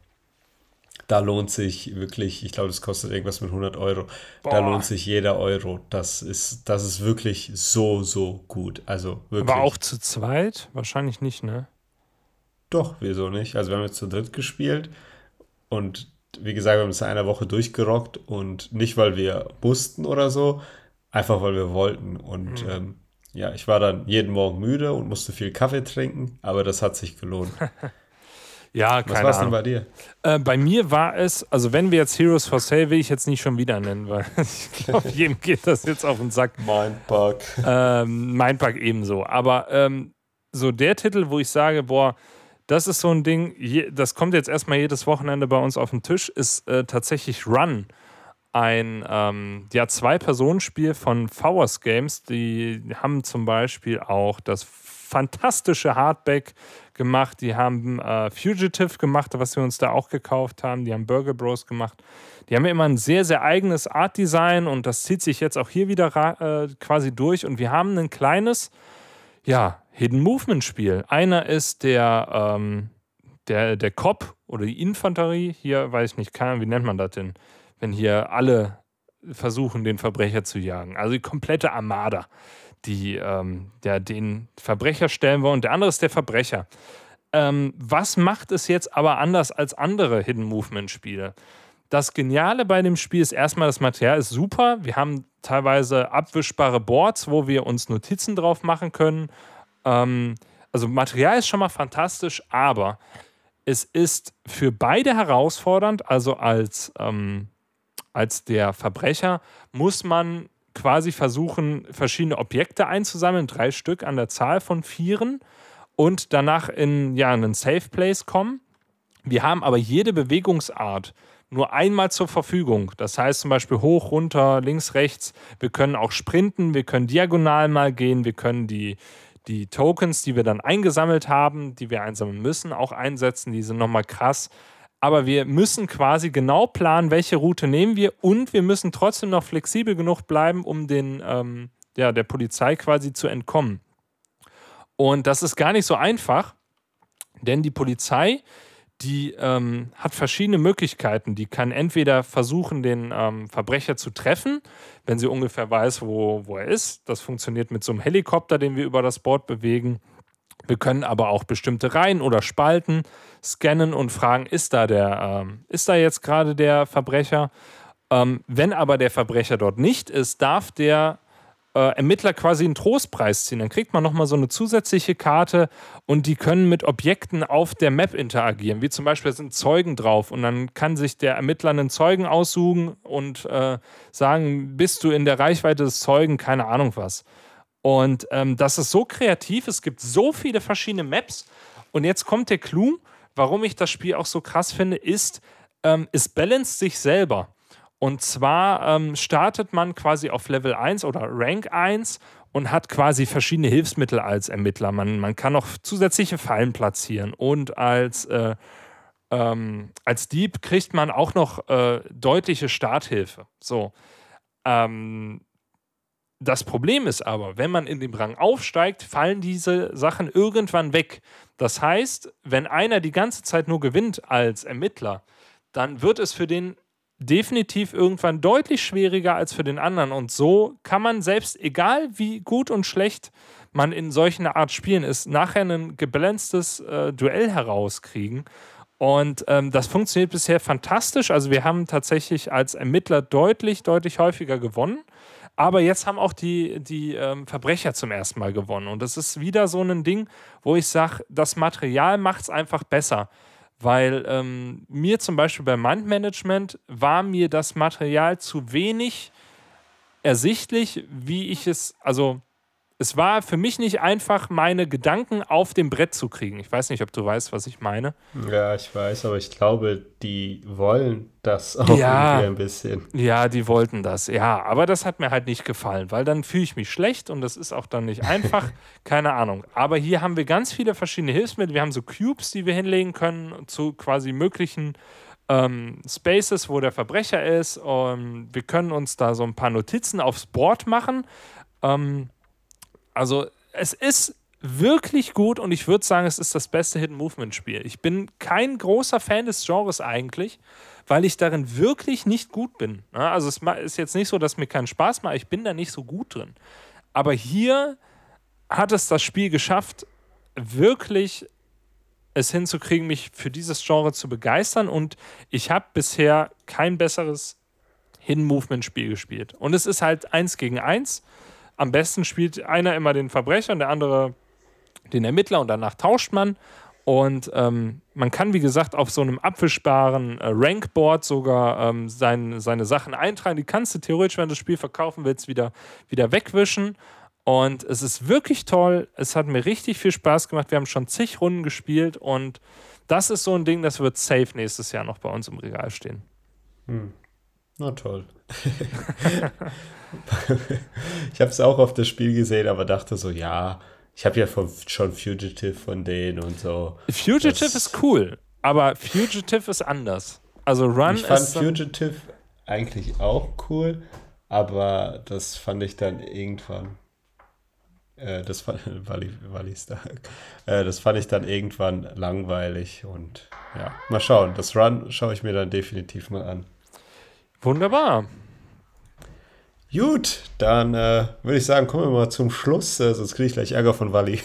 da lohnt sich wirklich, ich glaube, das kostet irgendwas mit 100 €, da Boah. lohnt sich jeder Euro. Das ist wirklich so, so gut, also Aber auch wirklich. zu zweit? Wahrscheinlich nicht, ne? Doch, wieso nicht? Also wir haben jetzt zu dritt gespielt, und wie gesagt, wir haben es in einer Woche durchgerockt, und nicht, weil wir mussten oder so, einfach weil wir wollten. Und ja, ich war dann jeden Morgen müde und musste viel Kaffee trinken, aber das hat sich gelohnt. Ja, Was keine war es denn Ahnung. bei dir? Bei mir war es, also wenn wir jetzt Heroes for Sale, will ich jetzt nicht schon wieder nennen, weil ich glaube, jedem geht das jetzt auf den Sack. Mindbug. Mindpack ebenso. Aber so der Titel, wo ich sage, boah, das ist so ein Ding, das kommt jetzt erstmal jedes Wochenende bei uns auf den Tisch, ist tatsächlich Run. Ein 2-Personen-Spiel von Fowers Games. Die haben zum Beispiel auch das fantastische Hardback gemacht. Die haben Fugitive gemacht, was wir uns da auch gekauft haben. Die haben Burger Bros gemacht. Die haben ja immer ein sehr, sehr eigenes Art-Design, und das zieht sich jetzt auch hier wieder quasi durch. Und wir haben ein kleines, Hidden Movement-Spiel. Einer ist der Cop oder die Infanterie. Hier weiß ich nicht, wie nennt man das denn? Wenn hier alle versuchen, den Verbrecher zu jagen. Also die komplette Armada, die den Verbrecher stellen wollen. Und der andere ist der Verbrecher. Was macht es jetzt aber anders als andere Hidden Movement-Spiele? Das Geniale bei dem Spiel ist erstmal, das Material ist super. Wir haben teilweise abwischbare Boards, wo wir uns Notizen drauf machen können. Also Material ist schon mal fantastisch, aber es ist für beide herausfordernd. Also als der Verbrecher muss man quasi versuchen, verschiedene Objekte einzusammeln, 3 Stück an der Zahl von 4, und danach in einen Safe Place kommen. Wir haben aber jede Bewegungsart nur einmal zur Verfügung. Das heißt zum Beispiel hoch, runter, links, rechts. Wir können auch sprinten, wir können diagonal mal gehen, wir können die Tokens, die wir dann eingesammelt haben, die wir einsammeln müssen, auch einsetzen. Die sind nochmal krass. Aber wir müssen quasi genau planen, welche Route nehmen wir, und wir müssen trotzdem noch flexibel genug bleiben, um der Polizei quasi zu entkommen. Und das ist gar nicht so einfach, denn die Polizei, die hat verschiedene Möglichkeiten. Die kann entweder versuchen, den Verbrecher zu treffen, wenn sie ungefähr weiß, wo er ist. Das funktioniert mit so einem Helikopter, den wir über das Board bewegen. Wir können aber auch bestimmte Reihen oder Spalten scannen und fragen, ist da jetzt gerade der Verbrecher? Wenn aber der Verbrecher dort nicht ist, darf der Ermittler quasi einen Trostpreis ziehen. Dann kriegt man nochmal so eine zusätzliche Karte und die können mit Objekten auf der Map interagieren. Wie zum Beispiel sind Zeugen drauf und dann kann sich der Ermittler einen Zeugen aussuchen und sagen, bist du in der Reichweite des Zeugen, keine Ahnung was. Und das ist so kreativ, es gibt so viele verschiedene Maps und jetzt kommt der Clou, warum ich das Spiel auch so krass finde, ist, es balanced sich selber. Und zwar startet man quasi auf Level 1 oder Rank 1 und hat quasi verschiedene Hilfsmittel als Ermittler. Man kann noch zusätzliche Fallen platzieren und als Dieb kriegt man auch noch deutliche Starthilfe. So. Das Problem ist aber, wenn man in dem Rang aufsteigt, fallen diese Sachen irgendwann weg. Das heißt, wenn einer die ganze Zeit nur gewinnt als Ermittler, dann wird es für den definitiv irgendwann deutlich schwieriger als für den anderen. Und so kann man selbst, egal wie gut und schlecht man in solchen Art Spielen ist, nachher ein gebalancedes Duell herauskriegen. Und das funktioniert bisher fantastisch. Also wir haben tatsächlich als Ermittler deutlich, deutlich häufiger gewonnen. Aber jetzt haben auch die Verbrecher zum ersten Mal gewonnen. Und das ist wieder so ein Ding, wo ich sage, das Material macht es einfach besser. Weil mir zum Beispiel bei Mindmanagement war mir das Material zu wenig ersichtlich, wie ich es war für mich nicht einfach, meine Gedanken auf dem Brett zu kriegen. Ich weiß nicht, ob du weißt, was ich meine. Ja, ich weiß, aber ich glaube, die wollen das auch irgendwie ein bisschen. Ja, die wollten das, ja. Aber das hat mir halt nicht gefallen, weil dann fühle ich mich schlecht und das ist auch dann nicht einfach. Keine Ahnung. Aber hier haben wir ganz viele verschiedene Hilfsmittel. Wir haben so Cubes, die wir hinlegen können zu quasi möglichen Spaces, wo der Verbrecher ist. Wir können uns da so ein paar Notizen aufs Board machen. Also es ist wirklich gut und ich würde sagen, es ist das beste Hidden-Movement-Spiel. Ich bin kein großer Fan des Genres eigentlich, weil ich darin wirklich nicht gut bin. Also es ist jetzt nicht so, dass mir keinen Spaß macht, ich bin da nicht so gut drin. Aber hier hat es das Spiel geschafft, wirklich es hinzukriegen, mich für dieses Genre zu begeistern und ich habe bisher kein besseres Hidden-Movement-Spiel gespielt. Und es ist halt 1 gegen 1. Am besten spielt einer immer den Verbrecher und der andere den Ermittler und danach tauscht man. Und man kann, wie gesagt, auf so einem abwischbaren Rankboard sogar seine Sachen eintragen. Die kannst du theoretisch, wenn du das Spiel verkaufen willst, wieder wegwischen. Und es ist wirklich toll. Es hat mir richtig viel Spaß gemacht. Wir haben schon zig Runden gespielt und das ist so ein Ding, das wird safe nächstes Jahr noch bei uns im Regal stehen. Na toll. Ich habe es auch auf das Spiel gesehen, aber dachte so, ja, ich habe ja schon Fugitive von denen und so. Fugitive ist cool, aber Fugitive ist anders. Also Run ist... Ich fand Fugitive eigentlich auch cool, aber das fand ich dann irgendwann... Das fand ich dann irgendwann langweilig und ja, mal schauen. Das Run schaue ich mir dann definitiv mal an. Wunderbar. Gut, dann würde ich sagen, kommen wir mal zum Schluss, sonst kriege ich gleich Ärger von Wally.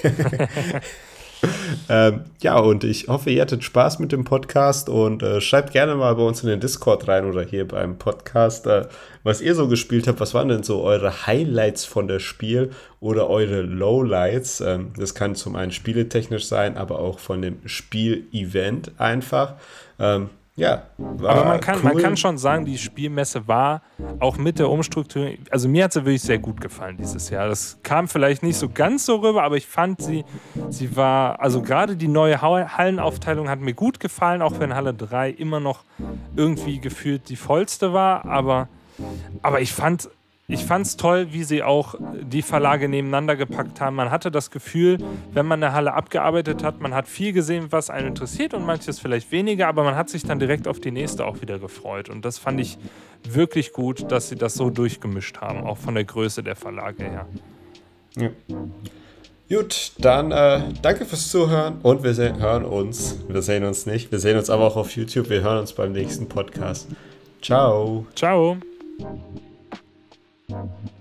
Ja, und ich hoffe, ihr hattet Spaß mit dem Podcast und schreibt gerne mal bei uns in den Discord rein oder hier beim Podcast, was ihr so gespielt habt. Was waren denn so eure Highlights von der Spiel oder eure Lowlights? Das kann zum einen spieletechnisch sein, aber auch von dem Spiel-Event einfach. Ja, aber man kann schon sagen, die Spielmesse war auch mit der Umstrukturierung, also mir hat sie wirklich sehr gut gefallen dieses Jahr. Das kam vielleicht nicht so ganz so rüber, aber ich fand sie war, also gerade die neue Hallenaufteilung hat mir gut gefallen, auch wenn Halle 3 immer noch irgendwie gefühlt die vollste war, aber ich fand's toll, wie sie auch die Verlage nebeneinander gepackt haben. Man hatte das Gefühl, wenn man eine Halle abgearbeitet hat, man hat viel gesehen, was einen interessiert und manches vielleicht weniger, aber man hat sich dann direkt auf die nächste auch wieder gefreut. Und das fand ich wirklich gut, dass sie das so durchgemischt haben, auch von der Größe der Verlage her. Ja. Gut, dann danke fürs Zuhören und wir hören uns. Wir sehen uns nicht. Wir sehen uns aber auch auf YouTube. Wir hören uns beim nächsten Podcast. Ciao. Ciao.